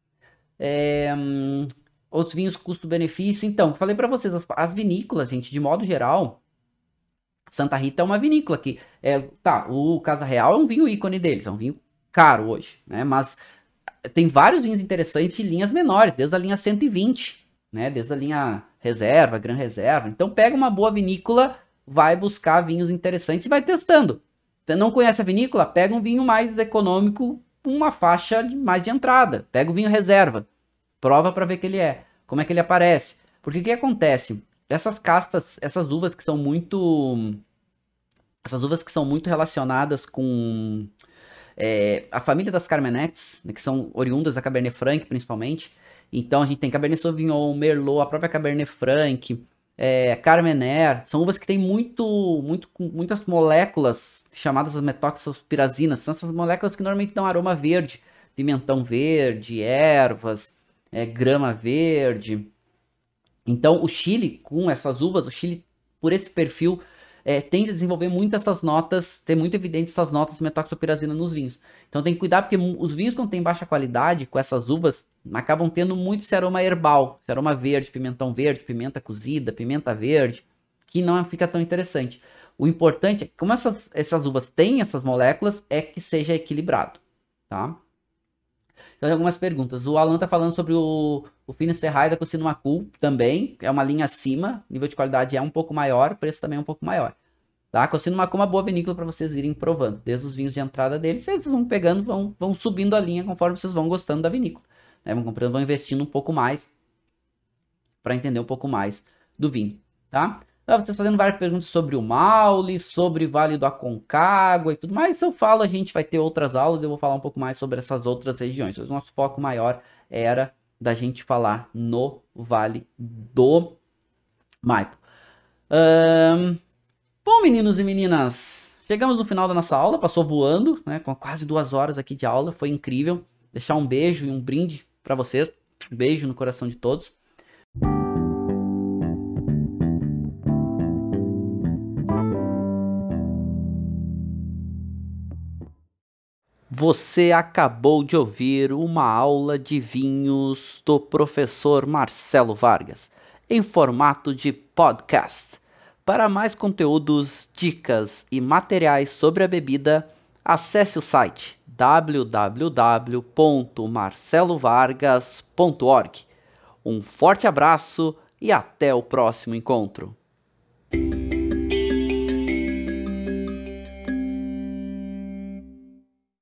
Outros vinhos custo-benefício. Então, falei para vocês, as vinícolas, gente, de modo geral, Santa Rita é uma vinícola que o Casa Real é um vinho ícone deles, é um vinho caro hoje, né? Mas tem vários vinhos interessantes de linhas menores, desde a linha 120, né? Desde a linha reserva, gran reserva. Então pega uma boa vinícola, vai buscar vinhos interessantes e vai testando. Você não conhece a vinícola? Pega um vinho mais econômico, uma faixa mais de entrada. Pega o vinho reserva, prova para ver que ele como é que ele aparece. Porque o que acontece? Essas castas, essas uvas que são muito relacionadas com a família das Carmenettes, né, que são oriundas da Cabernet Franc, principalmente. Então a gente tem Cabernet Sauvignon, Merlot, a própria Cabernet Franc, Carmener. São uvas que têm muitas moléculas chamadas as metoxopirazinas. São essas moléculas que normalmente dão aroma verde, pimentão verde, ervas, grama verde. Então, o Chile, com essas uvas, o Chile, por esse perfil, tende a desenvolver muito essas notas, tem muito evidente essas notas de metoxopirasina nos vinhos. Então, tem que cuidar, porque os vinhos, quando tem baixa qualidade, com essas uvas, acabam tendo muito esse aroma herbal, esse aroma verde, pimentão verde, pimenta cozida, pimenta verde, que não fica tão interessante. O importante é que, como essas uvas têm essas moléculas, é que seja equilibrado, tá? Então, algumas perguntas. O Alan tá falando sobre o Finisterrae da Cocino Macul também. É uma linha acima. Nível de qualidade é um pouco maior. Preço também é um pouco maior. Tá? Cocino Macul é uma boa vinícola para vocês irem provando. Desde os vinhos de entrada deles, vocês vão pegando, vão subindo a linha conforme vocês vão gostando da vinícola. Né? Vão comprando, vão investindo um pouco mais para entender um pouco mais do vinho. Tá? Vocês fazendo várias perguntas sobre o Maule, sobre Vale do Aconcagua e tudo mais. Se eu falo, a gente vai ter outras aulas, eu vou falar um pouco mais sobre essas outras regiões. O nosso foco maior era da gente falar no Vale do Maipo. Bom, meninos e meninas, chegamos no final da nossa aula, passou voando, né? Com quase 2 horas aqui de aula, foi incrível. Deixar um beijo e um brinde para vocês. Um beijo no coração de todos. Você acabou de ouvir uma aula de vinhos do professor Marcelo Vargas, em formato de podcast. Para mais conteúdos, dicas e materiais sobre a bebida, acesse o site www.marcelovargas.org. Um forte abraço e até o próximo encontro.